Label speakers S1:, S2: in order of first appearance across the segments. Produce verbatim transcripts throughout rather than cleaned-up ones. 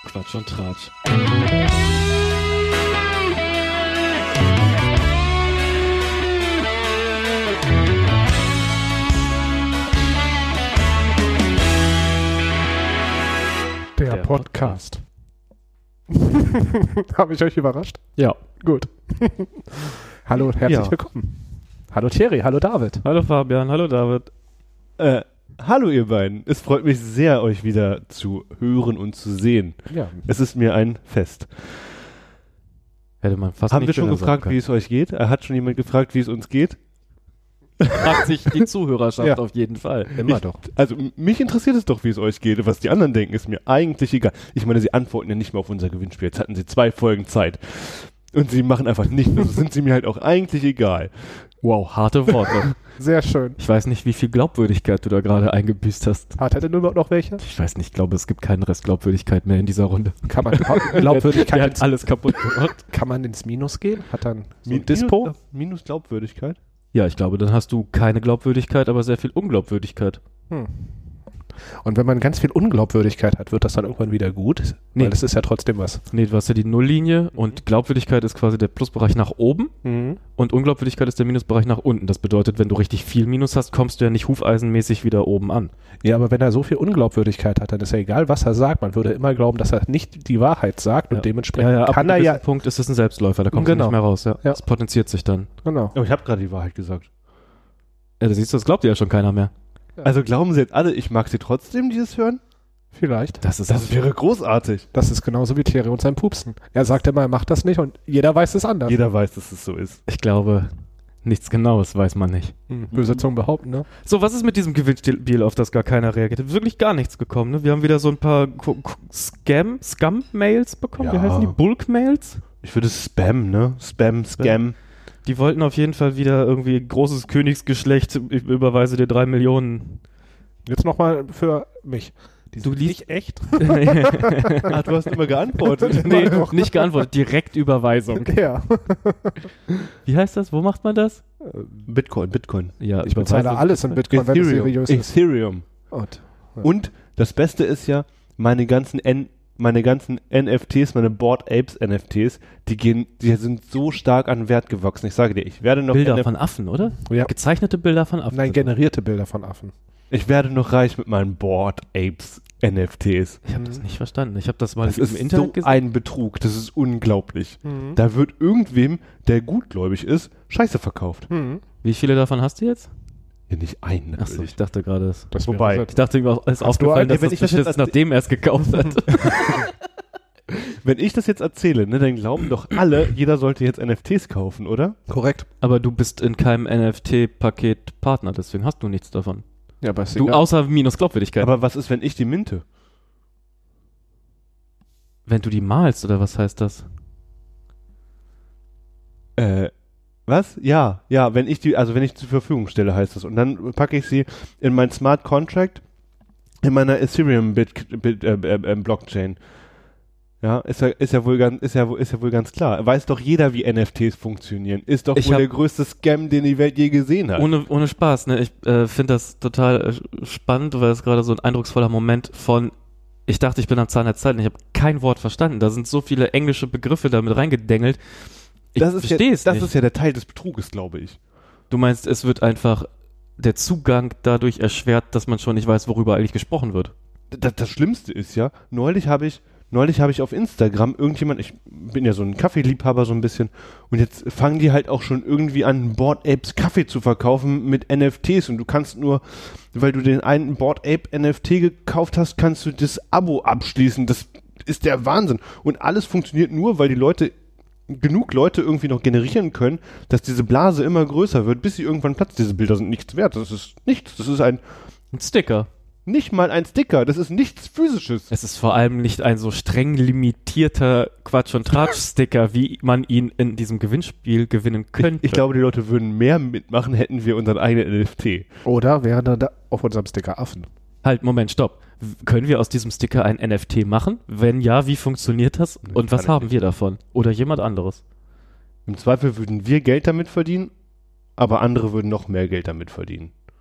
S1: Quatsch und Tratsch.
S2: Der, Der Podcast. Habe ich euch überrascht?
S1: Ja.
S2: Gut. Hallo und herzlich
S1: Ja.
S2: willkommen. Hallo Thierry, hallo David.
S1: Hallo Fabian, hallo David.
S3: Äh, hallo ihr beiden. Es freut mich sehr, euch wieder zu hören und zu sehen.
S2: Ja.
S3: Es ist mir ein Fest.
S1: Hätte man fast
S3: Haben
S1: nicht
S3: wir schon
S1: schöner
S3: gefragt,
S1: sagen
S3: wie es euch geht? Er hat schon jemand gefragt, wie es uns geht?
S1: können. Fragt sich die Zuhörerschaft
S2: Ja.
S1: auf jeden Fall.
S2: Immer
S3: Ich-
S2: doch.
S3: Also m- mich interessiert es doch, wie es euch geht. Was die anderen denken, ist mir eigentlich egal. Ich meine, sie antworten ja nicht mehr auf unser Gewinnspiel. Jetzt hatten sie zwei Folgen Zeit. Und sie machen einfach nichts. Also sind sie mir halt auch eigentlich egal.
S1: Wow, harte Worte.
S2: Sehr schön.
S1: Ich weiß nicht, wie viel Glaubwürdigkeit du da gerade eingebüßt hast.
S2: Hat er denn überhaupt noch welche?
S1: Ich weiß nicht, ich glaube, es gibt keinen Rest Glaubwürdigkeit mehr in dieser Runde.
S2: Kann man Glaubwürdigkeit
S1: Der hat
S2: ins,
S1: alles kaputt gemacht.
S2: kann man ins Minus gehen? Hat dann so
S3: Mi-
S2: ein Dispo?
S3: Minus, Minus Glaubwürdigkeit?
S1: Ja, ich glaube, dann hast du keine Glaubwürdigkeit, aber sehr viel Unglaubwürdigkeit.
S2: Hm. Und wenn man ganz viel Unglaubwürdigkeit hat, wird das dann irgendwann wieder gut?
S1: Nee.
S2: Weil das ist ja trotzdem was.
S1: Nee, du hast ja die Nulllinie und Glaubwürdigkeit ist quasi der Plusbereich nach oben
S2: Mhm.
S1: und Unglaubwürdigkeit ist der Minusbereich nach unten. Das bedeutet, wenn du richtig viel Minus hast, kommst du ja nicht hufeisenmäßig wieder oben an.
S2: Ja, aber wenn er so viel Unglaubwürdigkeit hat, dann ist ja egal, was er sagt. Man würde immer glauben, dass er nicht die Wahrheit sagt
S1: Ja.
S2: und dementsprechend
S1: ab
S2: kann er
S1: einem
S2: ja...
S1: gewissen Punkt ist es ein Selbstläufer, da kommst
S2: Genau.
S1: du nicht mehr raus. Ja.
S2: Ja.
S1: Das potenziert sich dann.
S2: Genau.
S3: Aber ich habe gerade die Wahrheit gesagt.
S1: Ja, da siehst du, das glaubt dir ja schon keiner mehr.
S3: Also glauben sie jetzt alle, ich mag sie trotzdem, dieses Hören?
S2: Vielleicht.
S1: Das ist
S3: Das wäre großartig.
S2: Das ist genauso wie Thierry und sein Pupsen. Er sagt immer, er macht das nicht und jeder weiß es anders.
S3: Jeder weiß, dass es so ist.
S1: Ich glaube, nichts Genaues weiß man nicht.
S2: Hm. Böse Zungen behaupten, ne?
S1: So, was ist mit diesem Gewinnspiel, auf das gar keiner reagiert hat? Wirklich gar nichts gekommen, ne? Wir haben wieder so ein paar Ko- Ko- Scam, Scam-Mails bekommen. Wie
S3: Ja.
S1: heißen die? Bulk-Mails?
S3: Ich würde Spam, ne? Spam, Scam.
S1: Die wollten auf jeden Fall wieder irgendwie großes Königsgeschlecht, ich überweise dir drei Millionen.
S2: Jetzt nochmal für mich. Die
S1: Du
S2: sind
S1: liest-
S2: nicht echt?
S3: Ah, du hast immer geantwortet.
S1: Nee, nicht geantwortet, Direktüberweisung.
S2: Ja.
S1: Wie heißt das? Wo macht man das?
S3: Bitcoin, Bitcoin.
S1: Ja,
S2: Ich bezahle
S1: Überweisung.
S2: alles in Bitcoin, wenn es seriös ist.
S3: Ethereum.
S2: Und, ja.
S3: Und das Beste ist ja, meine ganzen N, meine ganzen N F Ts, meine Bored Apes N F Ts, die gehen, die sind so stark an Wert gewachsen. Ich sage dir, ich werde noch
S1: Bilder
S3: N F
S1: von Affen, oder?
S2: Ja.
S1: Gezeichnete Bilder von Affen.
S2: Nein, generierte Bilder von Affen.
S3: ich werde noch reich mit meinen Bored Apes N F Ts.
S1: Ich habe das nicht verstanden. Ich habe das mal
S3: Das
S1: im
S3: ist
S1: Internet
S3: so
S1: gesehen.
S3: ein Betrug. Das ist unglaublich.
S2: Mhm.
S3: Da wird irgendwem, der gutgläubig ist, Scheiße verkauft.
S2: Mhm.
S1: Wie viele davon hast du jetzt?
S3: Ja, nicht einen
S1: Achso,
S3: natürlich.
S1: ich dachte gerade, es-
S2: Das
S3: Wobei-
S2: wäre
S1: ich dachte, ihm ist
S2: du
S1: aufgefallen,
S2: einen-
S1: dass
S3: wenn
S1: das
S3: ich das jetzt
S1: beschissen,
S3: als-
S1: nachdem er es gekauft hat.
S3: Wenn ich das jetzt erzähle, ne, dann glauben doch alle, jeder sollte jetzt N F Ts kaufen, oder?
S2: korrekt.
S1: Aber du bist in keinem N F T-Paket Partner, deswegen hast du nichts davon.
S2: Ja, aber ist
S1: Du
S2: egal.
S1: außer minus Glaubwürdigkeit.
S3: Aber was ist, wenn ich die minte?
S1: Wenn du die malst, oder was heißt das?
S3: Äh, was? Ja, ja, wenn ich die, also wenn ich zur Verfügung stelle, heißt das. Und dann packe ich sie in mein Smart Contract in meiner Ethereum Bit, Bit, äh, äh, Blockchain. Ja, ist ja, ist ja wohl ganz, ist ja, wohl- ist ja wohl ganz klar. Weiß doch jeder, wie N F Ts funktionieren. Ist doch
S1: Ich
S3: wohl
S1: hab-
S3: der größte Scam, den die Welt je gesehen hat.
S1: Ohne, ohne Spaß, ne? Ich äh, finde das total äh, spannend, weil es gerade so ein eindrucksvoller Moment von, ich dachte, ich bin am Zahn der Zeit und ich habe kein Wort verstanden. Da sind so viele englische Begriffe damit reingedengelt. Ich
S3: das ist ja,
S1: verstehe es
S3: das
S1: nicht.
S3: ist ja der Teil des Betruges, glaube ich.
S1: Du meinst, es wird einfach der Zugang dadurch erschwert, dass man schon nicht weiß, worüber eigentlich gesprochen wird.
S3: Das, das Schlimmste ist ja, neulich habe ich, neulich habe ich auf Instagram irgendjemand, ich bin ja so ein Kaffeeliebhaber so ein bisschen, und jetzt fangen die halt auch schon irgendwie an, Bored Apes Kaffee zu verkaufen mit N F Ts, und du kannst nur, weil du den einen Bored Ape N F T gekauft hast, kannst du das Abo abschließen. Das ist der Wahnsinn. Und alles funktioniert nur, weil die Leute, genug Leute irgendwie noch generieren können, dass diese Blase immer größer wird, bis sie irgendwann platzt. Diese Bilder sind nichts wert. Das ist nichts. Das ist ein,
S1: Ein Sticker.
S3: nicht mal ein Sticker. Das ist nichts Physisches.
S1: Es ist vor allem nicht ein so streng limitierter Quatsch- und Tratsch-Sticker, wie man ihn in diesem Gewinnspiel gewinnen könnte.
S3: Ich, ich glaube, die Leute würden mehr mitmachen, hätten wir unseren eigenen N F T.
S2: Oder wären dann da auf unserem Sticker Affen?
S1: Halt, Moment, stopp. W- Können wir aus diesem Sticker ein N F T machen? Wenn ja, wie funktioniert das?
S3: Das
S1: Und was
S3: kann ich
S1: haben
S3: nicht.
S1: wir davon? Oder jemand anderes?
S3: Im Zweifel würden wir Geld damit verdienen, aber andere würden noch mehr Geld damit verdienen.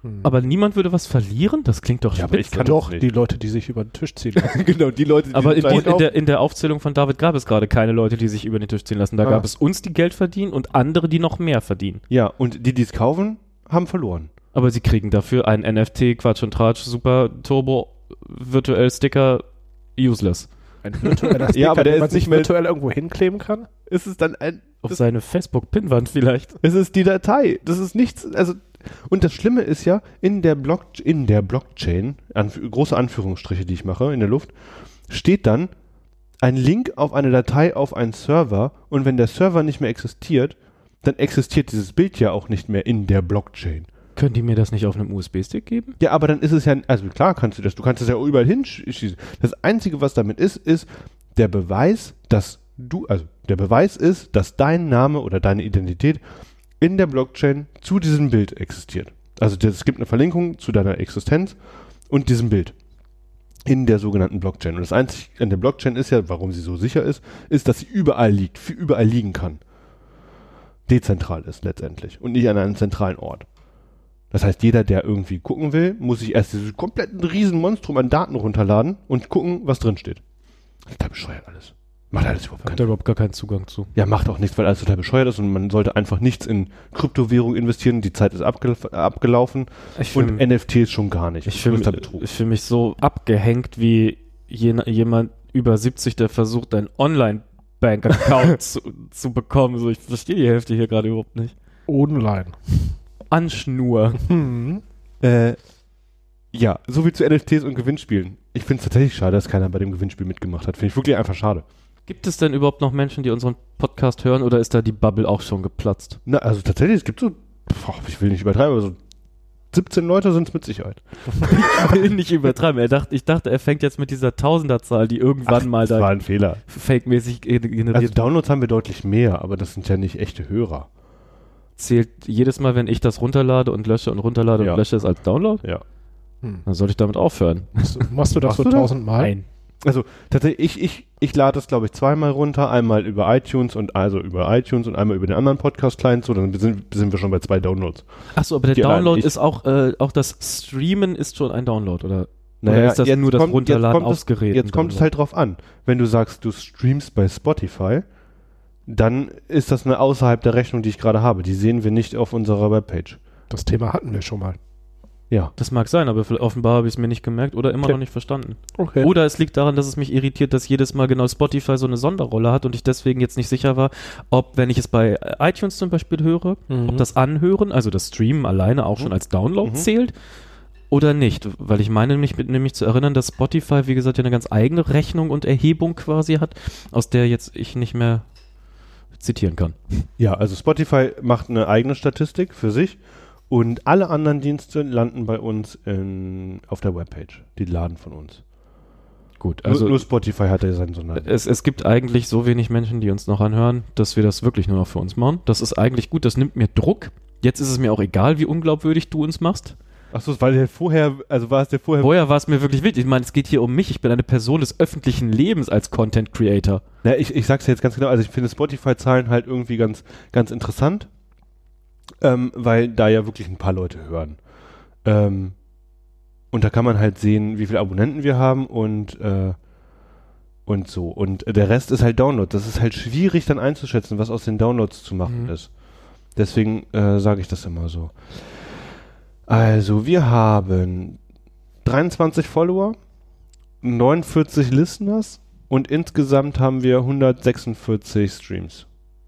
S2: Hm.
S1: Aber niemand würde was verlieren? Das klingt doch
S3: Ja, aber ich
S1: spitze.
S3: kann
S2: Doch,
S3: nicht.
S2: die Leute, die sich über den Tisch ziehen lassen.
S3: Genau, die Leute, die
S1: Aber in,
S3: sind
S1: die, in, der, in der Aufzählung von David gab es gerade keine Leute, die sich über den Tisch ziehen lassen. Da
S2: Ah.
S1: gab es uns, die Geld verdienen und andere, die noch mehr verdienen.
S3: Ja, und die, die es kaufen, haben verloren.
S1: Aber sie kriegen dafür einen N F T, Quatsch und Tratsch, Super Turbo, virtuell Sticker, useless.
S2: Ein virtueller Sticker,
S3: Ja, aber der
S2: den man
S3: ist
S2: sich
S3: nicht mehr-
S2: virtuell irgendwo hinkleben kann?
S3: Ist es dann ein...
S1: Auf
S3: Das-
S1: seine Facebook-Pinwand vielleicht.
S3: Es ist die Datei. Das ist nichts, also, und das Schlimme ist ja, in der Block, in der Blockchain, anf große Anführungsstriche, die ich mache, in der Luft, steht dann ein Link auf eine Datei auf einen Server, und wenn der Server nicht mehr existiert, dann existiert dieses Bild ja auch nicht mehr in der Blockchain.
S1: Können die mir das nicht auf einem U S B-Stick geben?
S3: Ja, aber dann ist es ja, also klar kannst du das, du kannst es ja überall hinschießen. Das Einzige, was damit ist, ist der Beweis, dass du, also der Beweis ist, dass dein Name oder deine Identität in der Blockchain zu diesem Bild existiert. Also das- es gibt eine Verlinkung zu deiner Existenz und diesem Bild in der sogenannten Blockchain. Und das Einzige an der Blockchain ist ja, warum sie so sicher ist, ist, dass sie überall liegt, für überall liegen kann. Dezentral ist letztendlich und nicht an einem zentralen Ort. Das heißt, jeder, der irgendwie gucken will, muss sich erst dieses kompletten Riesenmonstrum an Daten runterladen und gucken, was drin steht. Total bescheuert alles. Macht alles überhaupt
S1: Hat
S3: keinen
S1: da überhaupt gar keinen Zugang zu.
S3: Ja, macht auch nichts, weil alles total bescheuert ist und man sollte einfach nichts in Kryptowährung investieren. Die Zeit ist abge abgelaufen
S1: Ich
S3: und
S1: fühl-
S3: N F Ts schon gar nicht.
S1: Ich fühle mich,
S3: Größter Betrug.
S1: ich fühl mich so abgehängt wie jen- jemand über siebzig, der versucht, einen Online-Bank-Account zu, zu bekommen. So, ich verstehe die Hälfte hier gerade überhaupt nicht.
S2: Online.
S1: Anschnur.
S2: Hm.
S3: Äh, ja, soviel zu N F Ts und Gewinnspielen. Ich finde es tatsächlich schade, dass keiner bei dem Gewinnspiel mitgemacht hat. Finde ich wirklich einfach schade.
S1: Gibt es denn überhaupt noch Menschen, die unseren Podcast hören, oder ist da die Bubble auch schon geplatzt?
S3: Na, also tatsächlich, es gibt so, boah, ich will nicht übertreiben, aber so siebzehn Leute sind es mit Sicherheit.
S1: Ich will nicht übertreiben. Er dachte, ich dachte, er fängt jetzt mit dieser Tausenderzahl, die irgendwann mal
S3: das war
S1: da
S3: ein Fehler.
S1: fake-mäßig ge- generiert
S3: Also Downloads haben wir deutlich mehr, aber das sind ja nicht echte Hörer.
S1: zählt jedes Mal, wenn ich das runterlade und lösche und runterlade
S3: Ja.
S1: und lösche es als Download?
S3: Ja.
S2: Hm.
S1: Dann sollte ich damit aufhören.
S2: Machst, du- machst du das
S3: Machst
S2: so
S3: du das?
S2: tausendmal?
S1: Nein.
S3: Also tatsächlich, ich, ich, ich lade es, glaube ich, zweimal runter, einmal über iTunes und also über iTunes und einmal über den anderen Podcast-Client, so, dann sind, sind wir schon bei zwei Downloads.
S1: Achso, aber der
S3: Die allein
S1: Download
S3: ich-
S1: ist auch, äh, auch das Streamen ist schon ein Download, oder?
S3: Naja,
S1: oder ist das
S3: jetzt
S1: nur das
S3: kommt-
S1: Runterladen
S3: jetzt kommt
S1: aufs
S3: es,
S1: Gerät?
S3: Jetzt kommt es halt drauf an. Wenn du sagst, du streamst bei Spotify, dann ist das eine außerhalb der Rechnung, die ich gerade habe. Die sehen wir nicht auf unserer Webpage.
S2: Das Thema hatten wir schon mal.
S3: Ja.
S1: Das mag sein, aber vielleicht- offenbar habe ich es mir nicht gemerkt oder immer
S3: Okay.
S1: noch nicht verstanden.
S2: Okay.
S1: Oder es liegt daran, dass es mich irritiert, dass jedes Mal genau Spotify so eine Sonderrolle hat und ich deswegen jetzt nicht sicher war, ob, wenn ich es bei iTunes zum Beispiel höre,
S2: Mhm.
S1: ob das Anhören, also das Streamen alleine auch
S3: Mhm.
S1: schon als Download
S3: Mhm.
S1: zählt oder nicht. Weil ich meine mich mit, nämlich zu erinnern, dass Spotify, wie gesagt, ja eine ganz eigene Rechnung und Erhebung quasi hat, aus der jetzt ich nicht mehr zitieren kann.
S3: Ja, also Spotify macht eine eigene Statistik für sich und alle anderen Dienste landen bei uns in, auf der Webpage. Die laden von uns.
S1: Gut,
S3: Also
S1: also
S3: nur, nur Spotify hat ja seinen Sonder.
S1: es, es gibt eigentlich so wenig Menschen, die uns noch anhören, dass wir das wirklich nur noch für uns machen. Das ist eigentlich gut, das nimmt mir Druck. Jetzt ist es mir auch egal, wie unglaubwürdig du uns machst.
S3: Achso, weil der vorher, also war es der vorher.
S1: Vorher war es mir wirklich wichtig. Ich meine, es geht hier um mich. Ich bin eine Person des öffentlichen Lebens als Content Creator.
S3: Na, ich, ich sag's jetzt ganz genau, also ich finde Spotify-Zahlen halt irgendwie ganz, ganz interessant, ähm, weil da ja wirklich ein paar Leute hören. Ähm, und da kann man halt sehen, wie viele Abonnenten wir haben und, äh, und so. Und der Rest ist halt Download. Das ist halt schwierig dann einzuschätzen, was aus den Downloads zu machen
S1: Mhm.
S3: ist. Deswegen äh, sage ich das immer so. Also, wir haben dreiundzwanzig Follower, neunundvierzig Listeners und insgesamt haben wir hundertsechsundvierzig Streams.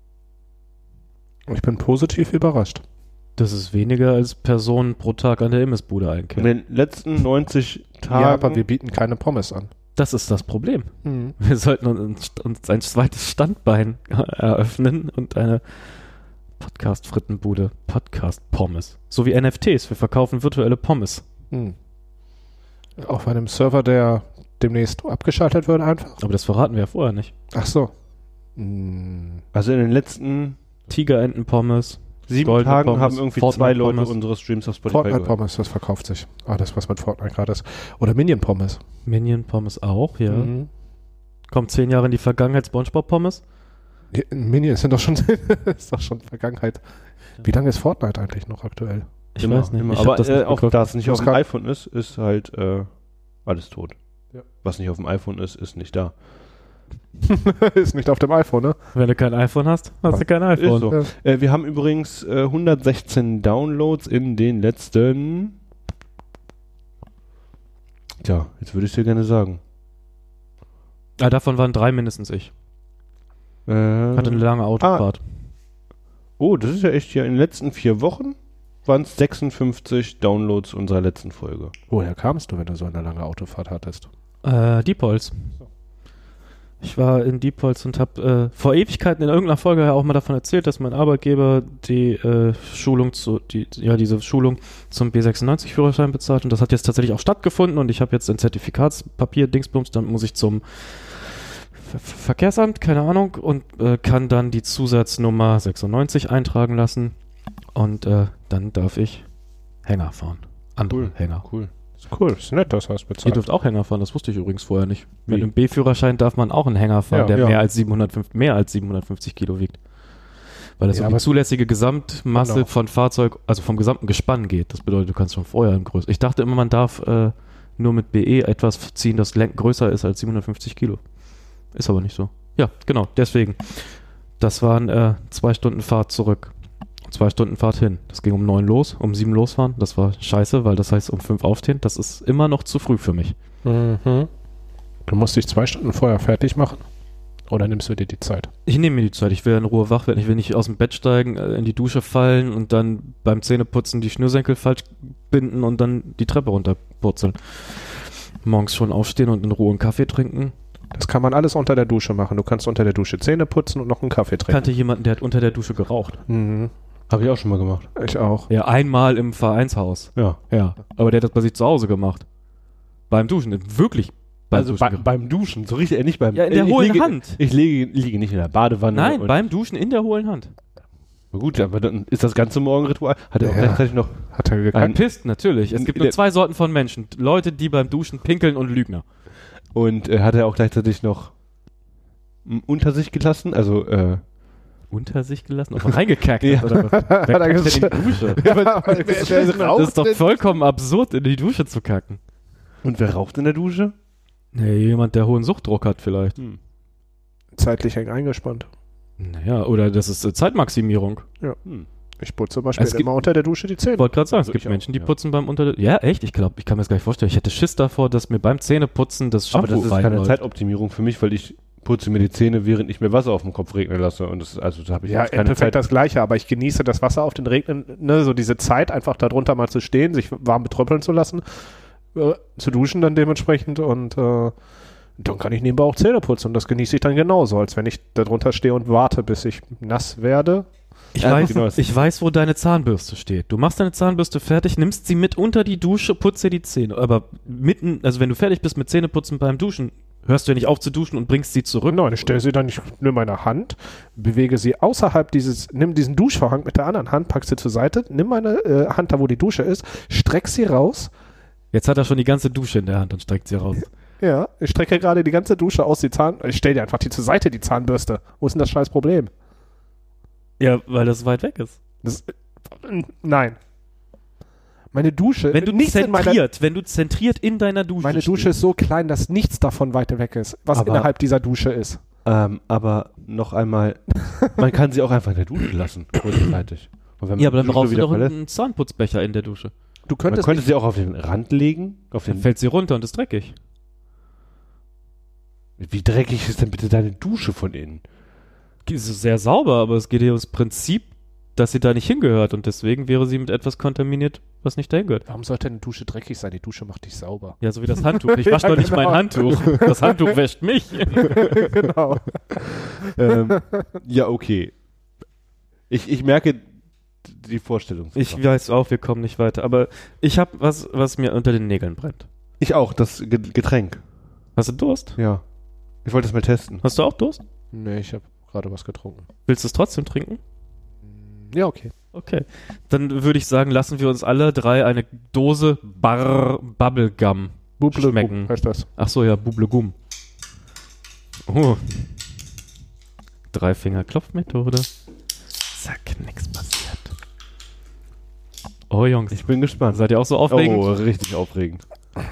S2: Ich bin positiv überrascht.
S1: Das ist weniger als Personen pro Tag an der Imbissbude
S3: In
S1: einkehren.
S3: den letzten neunzig Tagen.
S2: Ja, aber wir bieten keine Pommes an.
S1: Das ist das Problem.
S2: Mhm.
S1: Wir sollten uns, uns ein zweites Standbein eröffnen und eine Podcast-Frittenbude, Podcast-Pommes. So wie N F Ts. Wir verkaufen virtuelle Pommes.
S2: Mhm. Auf einem Server, der demnächst abgeschaltet wird einfach.
S1: Aber das verraten wir ja vorher nicht.
S2: Ach so. Mhm.
S3: also in den letzten
S1: Tigerenten-Pommes.
S3: sieben
S1: Goldene
S3: Tagen
S1: Pommes,
S3: haben irgendwie
S1: Fortnite
S3: zwei Leute
S1: Pommes.
S3: unsere Streams auf Spotify
S2: Fortnite
S3: gehört.
S2: Pommes, das verkauft sich. Ah, das, was mit Fortnite gerade ist. Oder Minion Pommes.
S1: Minion-Pommes auch, ja.
S2: Mhm.
S1: Kommt zehn Jahre in die Vergangenheit, Spongebob-Pommes.
S2: Ja, Minions sind doch schon, ist doch schon Vergangenheit. Wie lange ist Fortnite eigentlich noch aktuell?
S1: Ich
S3: immer,
S1: weiß nicht.
S3: Immer.
S1: Ich hab
S3: Aber
S1: das
S3: äh,
S1: nicht
S3: auch
S1: geguckt.
S3: da es nicht auf
S2: Das
S3: dem
S2: kann-
S3: iPhone ist, ist halt äh, alles tot.
S2: Ja.
S3: Was nicht auf dem iPhone ist, ist nicht da.
S2: Ist nicht auf dem iPhone, ne?
S1: Wenn du kein iPhone hast, hast du kein iPhone.
S3: Ist so.
S2: Ja.
S3: Äh, wir haben übrigens äh, hundertsechzehn Downloads in den letzten... Tja, jetzt würde ich dir gerne sagen.
S1: Ah, davon waren drei mindestens ich.
S3: Äh,
S1: Hatte eine lange Autofahrt.
S3: oh, das ist ja echt hier. In den letzten vier Wochen waren es sechsundfünfzig Downloads unserer letzten Folge.
S2: Woher kamst du, wenn du so eine lange Autofahrt hattest?
S1: Äh, Diepholz. Ich war in Diepholz und habe äh, vor Ewigkeiten in irgendeiner Folge ja auch mal davon erzählt, dass mein Arbeitgeber die äh, Schulung zu, die, ja, diese Schulung zum B sechsundneunzig-Führerschein bezahlt und das hat jetzt tatsächlich auch stattgefunden und ich habe jetzt ein Zertifikatspapier, Dingsbums, dann muss ich zum Ver Verkehrsamt, keine Ahnung, und äh, kann dann die Zusatznummer sechsundneunzig eintragen lassen und äh, dann darf ich Hänger fahren. Andere
S3: Cool.
S1: Hänger.
S3: Cool.
S2: Ist cool, ist nett, dass du das
S1: Ihr
S2: bezahlt.
S1: dürft auch Hänger fahren, das wusste ich übrigens vorher nicht.
S3: Wie?
S1: Mit einem B-Führerschein darf man auch einen Hänger fahren,
S2: Ja,
S1: der
S3: ja.
S1: mehr als siebenhundertfünfzig, mehr als siebenhundertfünfzig Kilo wiegt. Weil das
S2: Ja,
S1: um die
S2: aber-
S1: zulässige Gesamtmasse
S2: Genau.
S1: von Fahrzeug, also vom gesamten Gespann geht. Das bedeutet, du kannst schon vorher ein größeres. Ich dachte immer, man darf äh, nur mit B E etwas ziehen, das läng- größer ist als siebenhundertfünfzig Kilo. Ist aber nicht so. Ja, genau, deswegen. Das waren äh, zwei Stunden Fahrt zurück. Zwei Stunden Fahrt hin. Das ging um neun los, um sieben losfahren. Das war scheiße, weil das heißt um fünf aufstehen. Das ist immer noch zu früh für mich.
S2: Mhm. Du musst dich zwei Stunden vorher fertig machen? Oder nimmst du dir die Zeit?
S1: Ich nehme mir die Zeit. Ich will in Ruhe wach werden. Ich will nicht aus dem Bett steigen, äh, in die Dusche fallen und dann beim Zähneputzen die Schnürsenkel falsch binden und dann die Treppe runterpurzeln. Morgens schon aufstehen und in Ruhe einen Kaffee trinken.
S2: Das kann man alles unter der Dusche machen. Du kannst unter der Dusche Zähne putzen und noch einen Kaffee
S1: Ich
S2: trinken.
S1: kannte jemanden, der hat unter der Dusche geraucht.
S2: Mhm.
S3: Habe ich auch schon mal gemacht.
S2: Ich auch.
S1: Ja, einmal im Vereinshaus.
S3: Ja.
S1: Ja. Aber der hat das bei sich zu Hause gemacht. Beim Duschen. Wirklich beim
S3: Also
S1: Duschen.
S3: bei,
S1: geraucht.
S3: beim Duschen, so richtig, äh, nicht beim...
S1: Ja, in der
S3: ich
S1: hohlen
S3: liege,
S1: Hand.
S3: Ich liege, liege nicht in der Badewanne.
S1: Nein,
S3: und,
S1: beim Duschen in der hohlen Hand.
S3: Na gut, aber dann ist das ganze Morgenritual... Hat er auch
S2: Ja.
S3: gleichzeitig noch...
S2: Hat er
S3: Ein-
S2: gekackt?
S1: Pisst, natürlich. Es gibt nur
S3: Der-
S1: zwei Sorten von Menschen. Leute, die beim Duschen pinkeln und Lügner.
S3: Und äh, hat er auch gleichzeitig noch m, unter sich gelassen, also... Äh,
S1: Unter sich gelassen? Ob er reingekackt
S3: Ja.
S1: hat oder was? Wer
S2: Hat er
S1: kackt denn in
S2: gesagt.
S1: die Dusche?
S2: Ja, aber
S3: wer- wer
S1: Das ist doch vollkommen absurd, in die Dusche zu kacken.
S3: und wer raucht in der Dusche?
S1: Nee, jemand, der hohen Suchtdruck hat vielleicht.
S3: Hm.
S2: zeitlich eng eingespannt.
S1: Naja, oder das ist äh, Zeitmaximierung.
S3: Hm.
S2: Ich putze zum Beispiel
S1: Es gibt-
S2: immer unter der Dusche die Zähne.
S1: Ich wollte gerade sagen, es
S3: Also
S1: gibt
S3: ich
S1: Menschen,
S3: auch,
S1: die
S3: ja.
S1: putzen beim unter der... Ja, echt? Ich glaube, ich kann mir das gar nicht vorstellen. Ich hätte Schiss davor, dass mir beim Zähneputzen das
S3: Aber
S1: Shampoo
S3: das ist keine
S1: reinläuft.
S3: Zeitoptimierung für mich, weil ich putze mir die Zähne, während ich mir Wasser auf den Kopf regnen lasse. Und das ist, also da habe ich
S2: Ja,
S3: jetzt
S2: im
S3: keine
S2: Endeffekt
S3: Zeit.
S2: das Gleiche, aber ich genieße das Wasser auf den Regnen, ne, so diese Zeit, einfach darunter mal zu stehen, sich warm betröppeln zu lassen, äh, zu duschen dann dementsprechend und äh, dann kann ich nebenbei auch Zähne putzen und das genieße ich dann genauso, als wenn ich darunter stehe und warte, bis ich nass werde.
S1: Ich,
S3: Ja,
S1: weiß,
S3: genau.
S1: ich weiß, wo deine Zahnbürste steht. Du machst deine Zahnbürste fertig, nimmst sie mit unter die Dusche, putzt dir die Zähne. Aber mitten, also wenn du fertig bist mit Zähneputzen beim Duschen, hörst du ja nicht auf zu duschen und bringst sie zurück.
S2: Nein, ich stelle sie dann, ich nehme meine Hand, bewege sie außerhalb dieses, nimm diesen Duschvorhang mit der anderen Hand, pack sie zur Seite, nimm meine äh, Hand da, wo die Dusche ist, streck sie raus.
S1: Jetzt hat er schon die ganze Dusche in der Hand und streckt sie raus.
S2: Ja, ich strecke gerade die ganze Dusche aus, die Zahn, ich stelle dir einfach die zur Seite, die Zahnbürste. Wo ist denn das scheiß Problem?
S1: Ja, weil das weit weg ist.
S2: Das, äh, nein. Meine Dusche,
S1: Wenn du
S2: nichts in meiner,
S1: zentriert, wenn du zentriert in deiner Dusche
S2: meine Dusche
S1: stehst.
S2: ist so klein, dass nichts davon weit weg ist, was
S3: Aber-
S2: innerhalb dieser Dusche ist.
S3: Ähm, aber noch einmal, man kann sie auch einfach in der Dusche lassen, kurzzeitig. Und wenn man
S1: Ja, aber dann
S3: die Dusche
S1: brauchst du
S3: wieder
S1: doch
S3: verlässt,
S1: einen Zahnputzbecher in der Dusche.
S2: Du
S3: man
S2: könntest
S3: könnte
S2: nicht,
S3: sie auch auf den Rand legen. Auf
S1: Dann
S3: den,
S1: fällt sie runter und ist dreckig.
S3: wie dreckig ist denn bitte deine Dusche von innen?
S1: Die ist sehr sauber, aber es geht hier ums Prinzip, dass sie da nicht hingehört und deswegen wäre sie mit etwas kontaminiert, was nicht dahin gehört.
S2: warum sollte eine Dusche dreckig sein? Die Dusche macht dich sauber.
S1: Ja, so wie das Handtuch. Ich wasche
S2: Ja,
S1: doch nicht
S2: genau.
S1: mein Handtuch. Das Handtuch wäscht mich.
S2: Genau.
S3: ähm, ja, okay. Ich, ich merke die Vorstellung.
S1: Ich weiß auch, wir kommen nicht weiter. Aber ich habe was, was mir unter den Nägeln brennt.
S3: Ich auch, das Ge- Getränk.
S1: Hast du Durst?
S3: Ja. Ich wollte es mal testen.
S1: Hast du auch Durst?
S2: Nee, ich habe gerade was getrunken.
S1: Willst du es trotzdem trinken?
S2: Ja, okay.
S1: Okay. Dann würde ich sagen, lassen wir uns alle drei eine Dose Bar Bubblegum
S2: Bubble
S1: schmecken.
S2: heißt das.
S1: Ach so, ja, Bubblegum. Oh. Drei Finger Klopfmethode. Zack, nix passiert. Oh Jungs,
S3: Ich bin gespannt.
S1: seid ihr auch so aufregend?
S3: Oh, richtig aufregend.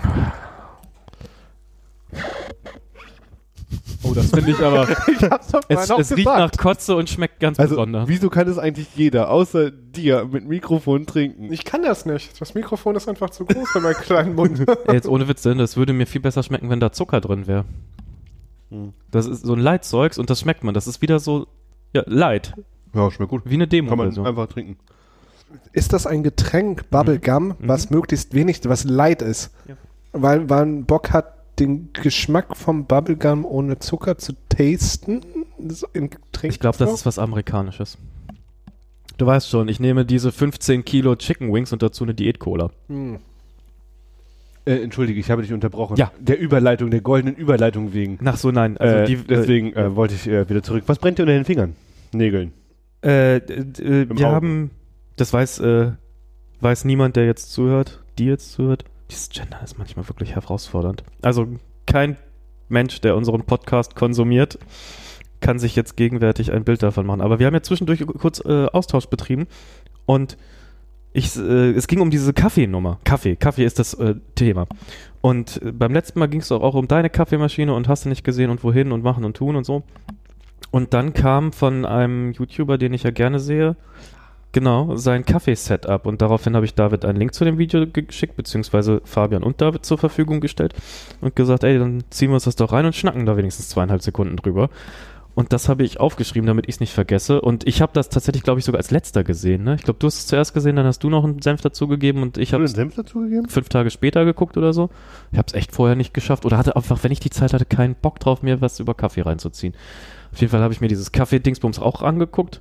S1: Oh, das finde ich aber...
S2: Ich hab's doch
S1: es
S2: vorhin auch
S1: es riecht
S2: gesagt.
S1: nach Kotze und schmeckt ganz
S3: Also,
S1: besonders.
S3: wieso kann es eigentlich jeder, außer dir, mit Mikrofon trinken?
S2: Ich kann das nicht. Das Mikrofon ist einfach zu groß für meinen kleinen Mund.
S1: Ey, jetzt ohne Witz, denn das würde mir viel besser schmecken, wenn da Zucker drin wäre.
S3: Hm.
S1: Das ist so ein Light-Zeugs und das schmeckt man. Das ist wieder so, ja, light.
S3: Ja, schmeckt gut.
S1: Wie eine Demo.
S3: Kann man
S1: oder so.
S3: einfach trinken.
S2: Ist das ein Getränk, Bubblegum,
S1: Mhm.
S2: was möglichst wenig, was light ist?
S1: Ja.
S2: Weil man Bock hat, den Geschmack vom Bubblegum ohne Zucker zu tasten? So in
S1: Ich glaube, das ist was Amerikanisches. Du weißt schon, ich nehme diese fünfzehn Kilo Chicken Wings und dazu eine Diät-Cola.
S2: Hm.
S3: Äh, entschuldige, ich habe dich unterbrochen.
S1: Ja.
S3: Der Überleitung, der goldenen Überleitung wegen.
S1: Nach so, nein. Also
S3: äh,
S1: die,
S3: deswegen
S1: äh,
S3: äh, wollte ich äh, wieder zurück. Was brennt dir unter den Fingern? Nägeln.
S1: Äh, d- d-
S3: Im
S1: wir
S3: Auge.
S1: haben, das weiß, äh, weiß niemand, der jetzt zuhört, die jetzt zuhört. Dieses Gender ist manchmal wirklich herausfordernd. Also kein Mensch, der unseren Podcast konsumiert, kann sich jetzt gegenwärtig ein Bild davon machen. Aber wir haben ja zwischendurch kurz äh, Austausch betrieben und ich, äh, es ging um diese Kaffeenummer. Kaffee, Kaffee ist das äh, Thema. Und äh, beim letzten Mal ging es auch, auch um deine Kaffeemaschine und hast du nicht gesehen und wohin und machen und tun und so. Und dann kam von einem YouTuber, den ich ja gerne sehe, genau, sein Kaffee-Setup. Und daraufhin habe ich David einen Link zu dem Video geschickt, beziehungsweise Fabian und David zur Verfügung gestellt und gesagt, ey, dann ziehen wir uns das doch rein und schnacken da wenigstens zweieinhalb Sekunden drüber. Und das habe ich aufgeschrieben, damit ich es nicht vergesse. Und ich habe das tatsächlich, glaube ich, sogar als letzter gesehen. Ne? Ich glaube, du hast es zuerst gesehen, dann hast du noch einen Senf dazugegeben und ich habe
S3: Hast du den Senf dazugegeben?
S1: fünf Tage später geguckt oder so. Ich habe es echt vorher nicht geschafft oder hatte einfach, wenn ich die Zeit hatte, keinen Bock drauf, mir was über Kaffee reinzuziehen. Auf jeden Fall habe ich mir dieses Kaffee-Dingsbums auch angeguckt.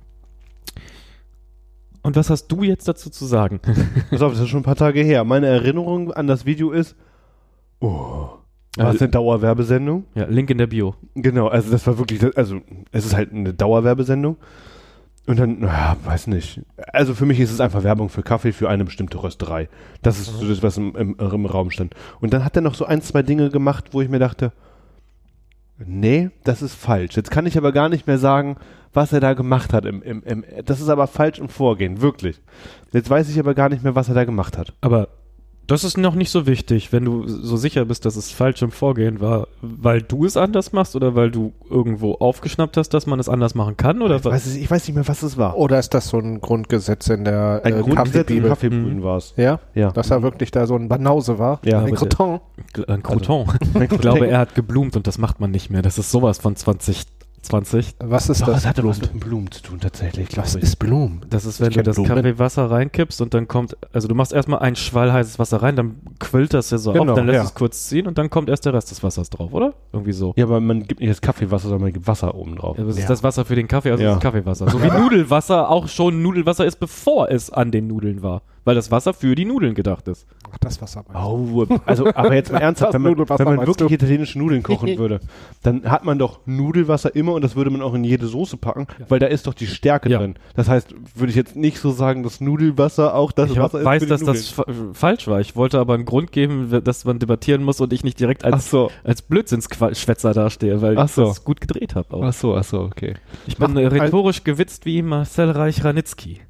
S1: Und was hast du jetzt dazu zu sagen?
S3: Pass auf, das ist schon ein paar Tage her. Meine Erinnerung an das Video ist, oh, war es eine Dauerwerbesendung?
S1: Ja, Link in der Bio.
S3: Genau, also das war wirklich, also es ist halt eine Dauerwerbesendung. Und dann, ja, weiß nicht. Also für mich ist es einfach Werbung für Kaffee für eine bestimmte Rösterei. Das ist so das, was im, im, im Raum stand. Und dann hat er noch so ein, zwei Dinge gemacht, wo ich mir dachte, nee, das ist falsch. Jetzt kann ich aber gar nicht mehr sagen, was er da gemacht hat. Im, im, im, das ist aber falsch im Vorgehen, wirklich. Jetzt weiß ich aber gar nicht mehr, was er da gemacht hat.
S1: Aber das ist noch nicht so wichtig, wenn du so sicher bist, dass es falsch im Vorgehen war, weil du es anders machst oder weil du irgendwo aufgeschnappt hast, dass man es anders machen kann oder
S3: Ich
S1: was?
S3: weiß, es- ich weiß nicht mehr, was es war.
S2: Oder ist das so ein Grundgesetz in der
S3: Ein
S2: äh,
S3: Grundgesetz im
S2: Kaffeebibel?
S3: Kaffeebrühen war es.
S2: Ja?
S3: Ja.
S2: Dass er wirklich da so ein Banause war?
S3: Ja,
S2: ein
S1: aber der-
S2: Croton?
S1: Ein Crouton. Ich glaube, er hat geblumt und das macht man nicht mehr. Das ist sowas von zwanzig zwanzig.
S2: Was ist
S3: Doch,
S2: das?
S3: das hatte was mit dem Blumen zu tun, tatsächlich, glaube
S2: Was
S3: ich.
S2: ist Blumen?
S1: Das ist, wenn
S2: Ich
S1: du
S2: kenn
S1: das
S2: Blumen.
S1: Kaffeewasser reinkippst und dann kommt, also du machst erstmal ein Schwall heißes Wasser rein, dann quillt das ja so
S2: Genau,
S1: auf, dann lässt
S2: ja.
S1: es kurz ziehen und dann kommt erst der Rest des Wassers drauf, oder? Irgendwie so.
S3: Ja, aber man gibt nicht das Kaffeewasser, sondern man gibt Wasser oben drauf.
S1: Ja, das ist
S2: Ja.
S1: das Wasser für den Kaffee, also
S3: Ja.
S1: das ist Kaffeewasser. So wie Nudelwasser auch schon Nudelwasser ist, bevor es an den Nudeln war. Weil das Wasser für die Nudeln gedacht ist.
S2: Ach, das Wasser.
S3: Oh, also, aber jetzt mal ernsthaft,
S2: Das
S3: wenn man,
S2: Nudelwasser
S3: wenn man
S2: meinst
S3: wirklich
S2: du?
S3: italienische Nudeln kochen würde, dann hat man doch Nudelwasser immer und das würde man auch in jede Soße packen, weil da ist doch die Stärke
S1: Ja.
S3: drin. Das heißt, würde ich jetzt nicht so sagen, dass Nudelwasser auch das
S1: Ich
S3: Wasser
S1: weiß,
S3: ist für
S1: dass
S3: die
S1: das fa falsch war. Ich wollte aber einen Grund geben, dass man debattieren muss und ich nicht direkt
S3: Ach
S1: als,
S3: so,
S1: als Blödsinnsschwätzer dastehe, weil
S3: Ach
S1: ich
S3: so.
S1: das gut gedreht habe. auch.
S3: ach so, ach so, okay.
S1: Ich bin äh, rhetorisch gewitzt wie Marcel Reich-Ranitzky.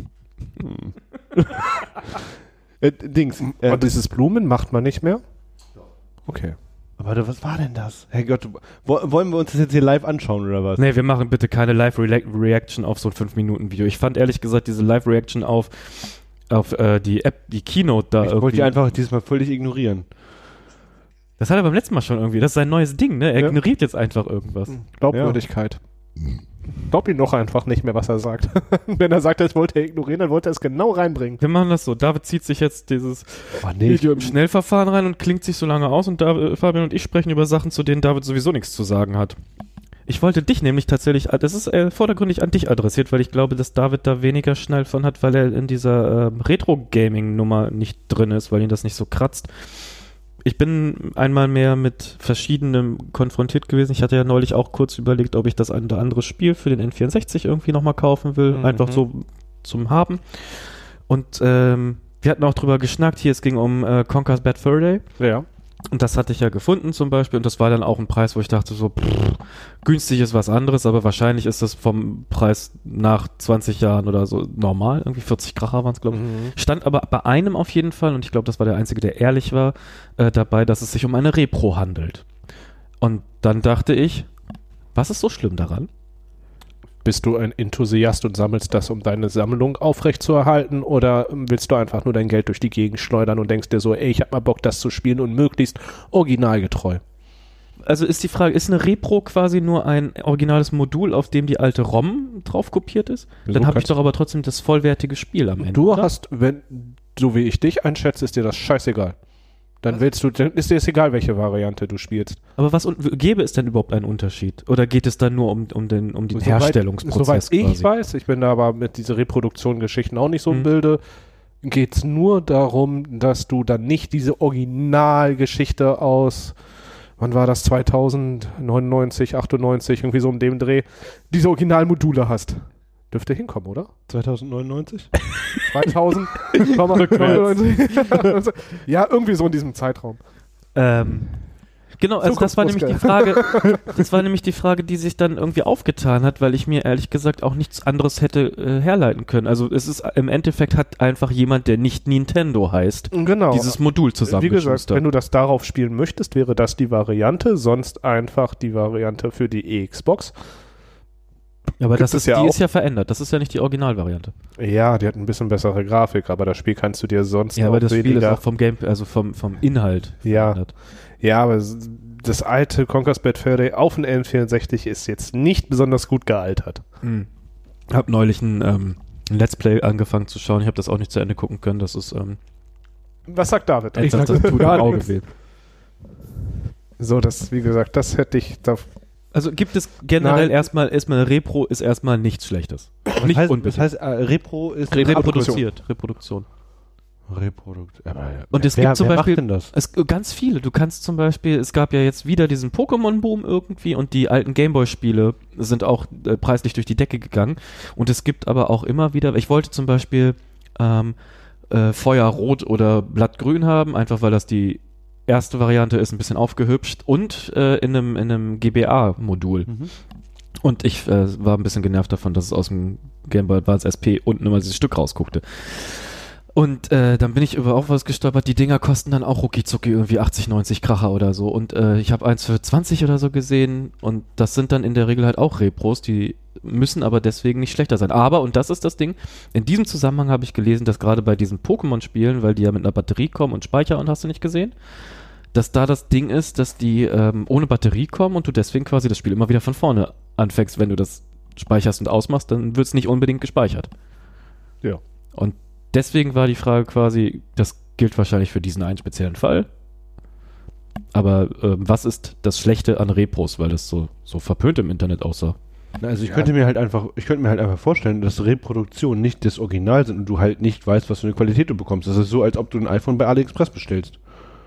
S3: Äh, Dings, äh,
S2: Und dieses Blumen macht man nicht mehr? Okay.
S3: aber da- was war denn das? Herrgott, wo, wollen wir uns das jetzt hier live anschauen oder was?
S1: Nee, wir machen bitte keine Live-Reaction auf so ein fünf Minuten Video. Ich fand ehrlich gesagt diese Live-Reaction auf, auf äh, die App, die Keynote da
S3: Ich wollte
S1: irgendwie.
S3: die einfach diesmal völlig ignorieren.
S1: Das hat er beim letzten Mal schon irgendwie. Das ist sein neues Ding, ne? Er
S2: Ja.
S1: ignoriert jetzt einfach irgendwas.
S2: Glaubwürdigkeit. Glaub ihm doch einfach nicht mehr, was er sagt. Wenn er sagt, das wollte er ignorieren, dann wollte er es genau reinbringen.
S1: Wir machen das so. David zieht sich jetzt dieses
S3: Oh, nee,
S1: Video im Schnellverfahren rein und klingt sich so lange aus und David, äh, Fabian und ich sprechen über Sachen, zu denen David sowieso nichts zu sagen hat. Ich wollte dich nämlich tatsächlich, das ist äh, vordergründig an dich adressiert, weil ich glaube, dass David da weniger schnell von hat, weil er in dieser äh, Retro-Gaming-Nummer nicht drin ist, weil ihn das nicht so kratzt. Ich bin einmal mehr mit Verschiedenem konfrontiert gewesen. Ich hatte ja neulich auch kurz überlegt, ob ich das ein oder andere Spiel für den N vierundsechzig irgendwie nochmal kaufen will.
S2: Mhm.
S1: Einfach so zum Haben. Und ähm, wir hatten auch drüber geschnackt. Hier, es ging um äh, Conker's Bad Fur Day.
S2: Ja.
S1: Und das hatte ich ja gefunden zum Beispiel und das war dann auch ein Preis, wo ich dachte so, pff, günstig ist was anderes, aber wahrscheinlich ist das vom Preis nach zwanzig Jahren oder so normal, irgendwie vierzig Kracher waren es, glaube ich.
S2: Mhm.
S1: Stand aber bei einem auf jeden Fall, und ich glaube, das war der Einzige, der ehrlich war, äh, dabei, dass es sich um eine Repro handelt. Und dann dachte ich, was ist so schlimm daran?
S2: Bist du ein Enthusiast und sammelst das, um deine Sammlung aufrechtzuerhalten, oder willst du einfach nur dein Geld durch die Gegend schleudern und denkst dir so, ey, ich hab mal Bock, das zu spielen und möglichst originalgetreu?
S1: Also ist die Frage, ist eine Repro quasi nur ein originales Modul, auf dem die alte ROM drauf kopiert ist?
S2: Wieso
S1: Dann habe ich
S2: kannst-
S1: doch aber trotzdem das vollwertige Spiel am Ende.
S2: Du
S1: oder?
S2: hast, wenn, so wie ich dich einschätze, ist dir das scheißegal. Dann willst du, dann ist dir es egal, welche Variante du spielst.
S1: Aber was un- gäbe es denn überhaupt einen Unterschied? Oder geht es dann nur um, um den, um den Herstellungsprozess
S2: Soweit ich
S1: quasi?
S2: weiß, ich bin da aber mit dieser Reproduktion-Geschichten auch nicht so im
S1: Mhm.
S2: Bilde, geht es nur darum, dass du dann nicht diese Originalgeschichte aus, wann war das, zweitausendneunundneunzig, achtundneunzig, irgendwie so um dem Dreh, diese Originalmodule hast. Dürfte hinkommen, oder?
S3: zweitausendneunundneunzig?
S2: zweitausend, neunundneunzig. Ja, irgendwie so in diesem Zeitraum.
S1: Ähm, genau, also das war nämlich die Frage, das war nämlich die Frage, die sich dann irgendwie aufgetan hat, weil ich mir ehrlich gesagt auch nichts anderes hätte äh, herleiten können. Also es ist im Endeffekt hat einfach jemand, der nicht Nintendo heißt,
S2: Genau.
S1: dieses Modul
S2: Wie gesagt,
S1: zusammengeschustert.
S2: wenn du das darauf spielen möchtest, wäre das die Variante, sonst einfach die Variante für die Xbox.
S1: Aber das
S2: gibt es
S1: ist,
S2: ja
S1: die
S2: auch.
S1: ist ja verändert. Das ist ja nicht die Originalvariante.
S2: Ja, die hat ein bisschen bessere Grafik, aber das Spiel kannst du dir sonst
S1: Ja,
S2: auch
S1: aber das Spiel ist
S2: weniger...
S1: auch vom Game, also vom, vom Inhalt
S2: Ja.
S1: verändert.
S2: Ja, aber s- das alte Conker's Bad Fur Day auf dem N vierundsechzig ist jetzt nicht besonders gut gealtert.
S1: Mhm. Hab neulich ein, ähm, ein Let's Play angefangen zu schauen. Ich habe das auch nicht zu Ende gucken können. Das ist ähm,
S2: Was sagt David?
S1: ich sag, das tut im Auge weh.
S2: So, das, wie gesagt, das hätte ich da...
S1: Also gibt es generell
S2: Nein.
S1: erstmal, erstmal Repro ist erstmal nichts Schlechtes. Nicht
S3: heißt,
S1: unbedingt.
S3: das heißt, äh, Repro ist
S1: Re- reproduziert, Reproduktion.
S3: Reprodukt. Aber,
S1: Und es
S3: wer,
S1: gibt zum
S3: wer
S1: Beispiel-
S3: macht denn das?
S1: Es ganz viele. Du kannst zum Beispiel, es gab ja jetzt wieder diesen Pokémon-Boom irgendwie und die alten Gameboy-Spiele sind auch äh, preislich durch die Decke gegangen. Und es gibt aber auch immer wieder, ich wollte zum Beispiel ähm, äh, Feuerrot oder Blattgrün haben, einfach weil das die erste Variante ist, ein bisschen aufgehübscht und äh, in einem, in einem G B A-Modul.
S3: Mhm.
S1: Und ich äh, war ein bisschen genervt davon, dass es aus dem Game Boy Advance S P unten immer dieses Stück rausguckte. Und äh, dann bin ich über auch was gestolpert. Die Dinger kosten dann auch rucki-zucki irgendwie achtzig, neunzig Kracher oder so. Und äh, ich habe eins für zwanzig oder so gesehen. Und das sind dann in der Regel halt auch Repros. Die müssen aber deswegen nicht schlechter sein. Aber, und das ist das Ding, in diesem Zusammenhang habe ich gelesen, dass gerade bei diesen Pokémon-Spielen, weil die ja mit einer Batterie kommen und Speicher und hast du nicht gesehen, dass da das Ding ist, dass die ähm, ohne Batterie kommen und du deswegen quasi das Spiel immer wieder von vorne anfängst. Wenn du das speicherst und ausmachst, dann wird es nicht unbedingt gespeichert.
S2: Ja.
S1: Und deswegen war die Frage quasi, das gilt wahrscheinlich für diesen einen speziellen Fall. Aber ähm, was ist das Schlechte an Repros, weil das so, so verpönt im Internet aussah?
S3: Also ich
S2: Ja.
S3: könnte mir halt einfach, ich könnte mir halt einfach vorstellen, dass Reproduktionen nicht das Original sind und du halt nicht weißt, was für eine Qualität du bekommst. Das ist so, als ob du ein iPhone bei AliExpress bestellst.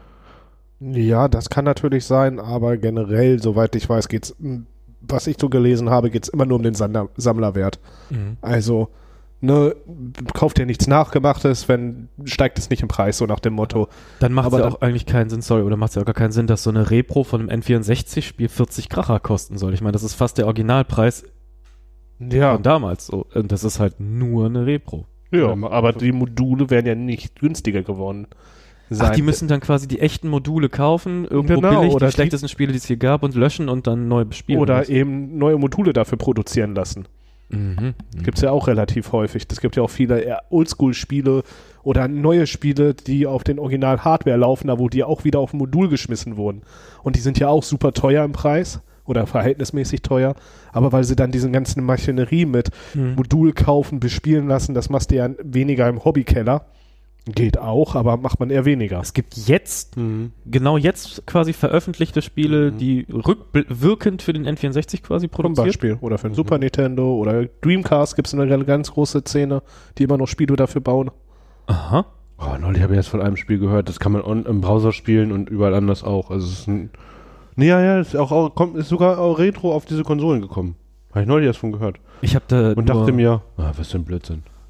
S2: Ja, das kann natürlich sein, aber generell, soweit ich weiß, geht's, m, was ich so gelesen habe, geht's immer nur um den Sammler, Sammlerwert. Also, ne, kauft ihr nichts Nachgemachtes, wenn, steigt es nicht im Preis, so nach dem Motto.
S1: Dann macht es
S2: Aber
S1: ja
S2: dann-
S1: auch eigentlich keinen Sinn, sorry, oder macht es ja auch gar keinen Sinn, dass so eine Repro von einem N vierundsechzig-Spiel vierzig Kracher kosten soll. Ich meine, das ist fast der Originalpreis
S2: Ja,
S1: von damals. So. Und das ist halt nur eine Repro.
S2: ja, aber die Module wären ja nicht günstiger geworden.
S1: Ach, die müssen dann quasi die echten Module kaufen, irgendwo
S2: Genau,
S1: billig,
S2: oder
S1: die
S2: die-
S1: schlechtesten Spiele, die es hier gab, und löschen und dann neu bespielen.
S2: Oder
S1: lassen.
S2: eben neue Module dafür produzieren lassen.
S1: Mhm.
S2: Gibt's ja auch relativ häufig. Es gibt ja auch viele eher Oldschool-Spiele oder neue Spiele, die auf den Original-Hardware laufen, da wo die auch wieder auf ein Modul geschmissen wurden. Und die sind ja auch super teuer im Preis oder verhältnismäßig teuer. Aber weil sie dann diese ganzen Maschinerie mit
S1: Mhm.
S2: Modul kaufen, bespielen lassen, das machst du ja weniger im Hobbykeller. Geht auch, aber macht man eher weniger.
S1: Es gibt jetzt, genau jetzt quasi veröffentlichte Spiele,
S3: Mhm.
S1: die rückwirkend für den N vierundsechzig quasi
S2: Zum
S1: produziert.
S2: Beispiel. Oder für den Super Nintendo oder Dreamcast gibt es eine ganz große Szene, die immer noch Spiele dafür bauen.
S1: Aha.
S3: Oh, neulich habe ich erst von einem Spiel gehört, das kann man on, im Browser spielen und überall anders auch. Also es ist ein. Nee, ja, ja, ist auch, auch kommt, ist sogar auch Retro auf diese Konsolen gekommen. Habe ich neulich erst von gehört.
S1: Ich habe da
S3: Und
S1: nur,
S3: dachte mir, ah, was für ein Blödsinn.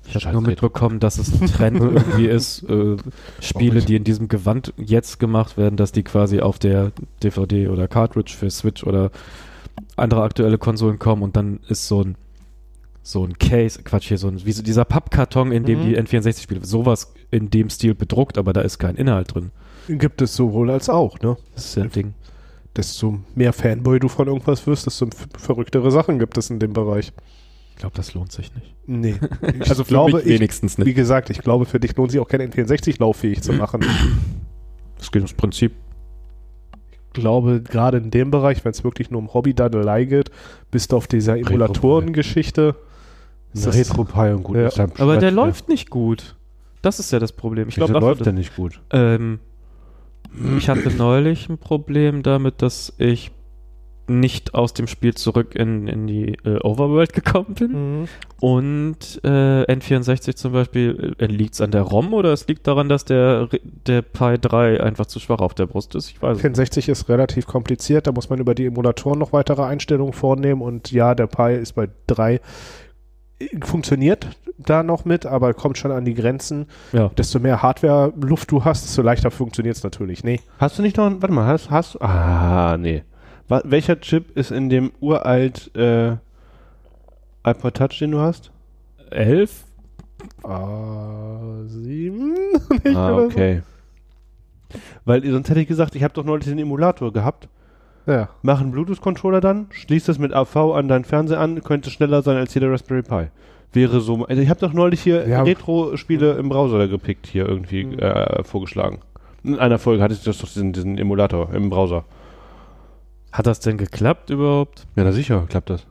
S1: Ich habe nur mitbekommen, dass es ein Trend irgendwie ist, äh, Spiele, die in diesem Gewand jetzt gemacht werden, dass die quasi auf der D V D oder Cartridge für Switch oder andere aktuelle Konsolen kommen und dann ist so ein so ein Case, Quatsch hier, so ein, wie so dieser Pappkarton, in dem
S2: mhm.
S1: die N vierundsechzig-Spiele, sowas in dem Stil bedruckt, aber da ist kein Inhalt drin.
S2: Gibt es sowohl als auch, ne?
S1: Das ist ja ein Ding.
S2: Desto mehr Fanboy du von irgendwas wirst, desto f- verrücktere Sachen gibt es in dem Bereich.
S1: Ich glaube, das lohnt sich nicht.
S2: Nee. Ich
S1: Also für
S2: glaube,
S1: mich wenigstens
S2: ich,
S1: nicht.
S2: Wie gesagt, ich glaube, für dich lohnt sich auch kein N vierundsechzig lauffähig zu machen.
S1: Das geht ums Prinzip.
S2: Ich glaube, gerade in dem Bereich, wenn es wirklich nur um Hobby-Dadelei geht, bist du auf dieser Emulatoren-Geschichte.
S3: Ein Retro-Pi und gut.
S2: Ja.
S3: Ist dann
S1: Aber der
S3: Stress,
S1: läuft nicht gut. Das ist ja das Problem. Ich
S3: Wieso
S1: glaube,
S3: läuft der nicht gut.
S1: Ähm, ich hatte neulich ein Problem damit, dass ich nicht aus dem Spiel zurück in, in die äh, Overworld gekommen bin.
S2: Mhm.
S1: Und äh, N vierundsechzig zum Beispiel, äh, liegt es an der ROM oder es liegt daran, dass der, der Pi drei einfach zu schwach auf der Brust ist? Ich weiß es nicht.
S2: vierundsechzig ist relativ kompliziert, da muss man über die Emulatoren noch weitere Einstellungen vornehmen und ja, der Pi ist bei drei funktioniert da noch mit, aber kommt schon an die Grenzen.
S1: Ja.
S2: Desto mehr Hardware-Luft du hast, desto leichter funktioniert es natürlich. Nee.
S3: Hast du nicht noch, warte mal, hast, hast du, ah, nee. Wa- welcher Chip ist in dem uralt äh, iPod Touch, den du hast?
S1: elf?
S2: A sieben?
S3: Ah, okay. Weil sonst hätte ich gesagt, ich habe doch neulich den Emulator gehabt.
S2: Ja.
S3: Mach einen Bluetooth-Controller dann, schließ das mit A V an deinen Fernseher an, könnte schneller sein als jeder Raspberry Pi. Wäre so, also ich habe doch neulich hier
S2: Ja.
S3: Retro-Spiele im Browser gepickt, hier irgendwie
S2: Mhm.
S3: äh, vorgeschlagen. In einer Folge hatte ich das doch diesen, diesen Emulator im Browser.
S1: Hat das denn geklappt überhaupt?
S3: Ja, na sicher, klappt das.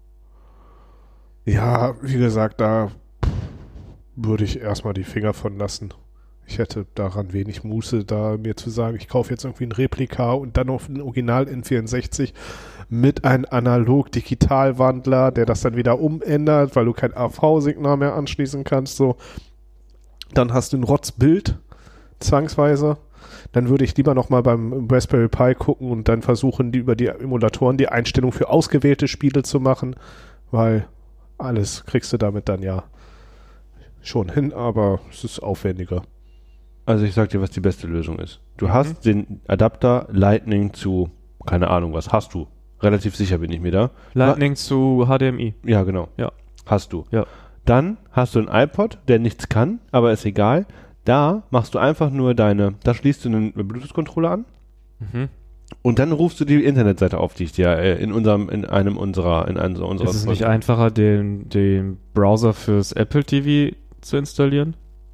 S2: Ja, wie gesagt, da würde ich erstmal die Finger von lassen. Ich hätte daran wenig Muße, da mir zu sagen, ich kaufe jetzt irgendwie ein Replika und dann noch ein Original N vierundsechzig mit einem Analog-Digital-Wandler, der das dann wieder umändert, weil du kein A V-Signal mehr anschließen kannst. So, dann hast du ein Rotzbild, zwangsweise. Dann würde ich lieber nochmal beim Raspberry Pi gucken und dann versuchen, die über die Emulatoren die Einstellung für ausgewählte Spiele zu machen, weil alles kriegst du damit dann ja schon hin, aber es ist aufwendiger.
S3: Also ich sag dir, was die beste Lösung ist. Du hast den Adapter Lightning zu, keine Ahnung was, hast du. Relativ sicher bin ich mir da.
S1: Lightning zu H D M I.
S3: Ja, genau.
S1: Ja.
S3: Hast du.
S1: Ja.
S3: Dann hast du einen iPod, der nichts kann, aber ist egal. Da machst du einfach nur deine, da schließt du einen Bluetooth-Controller an
S1: Mhm.
S3: und dann rufst du die Internetseite auf, die ich dir äh, in unserem, in einem unserer, in einem unserer
S1: Ist es nicht einfacher, den, den Browser fürs Apple T V zu installieren?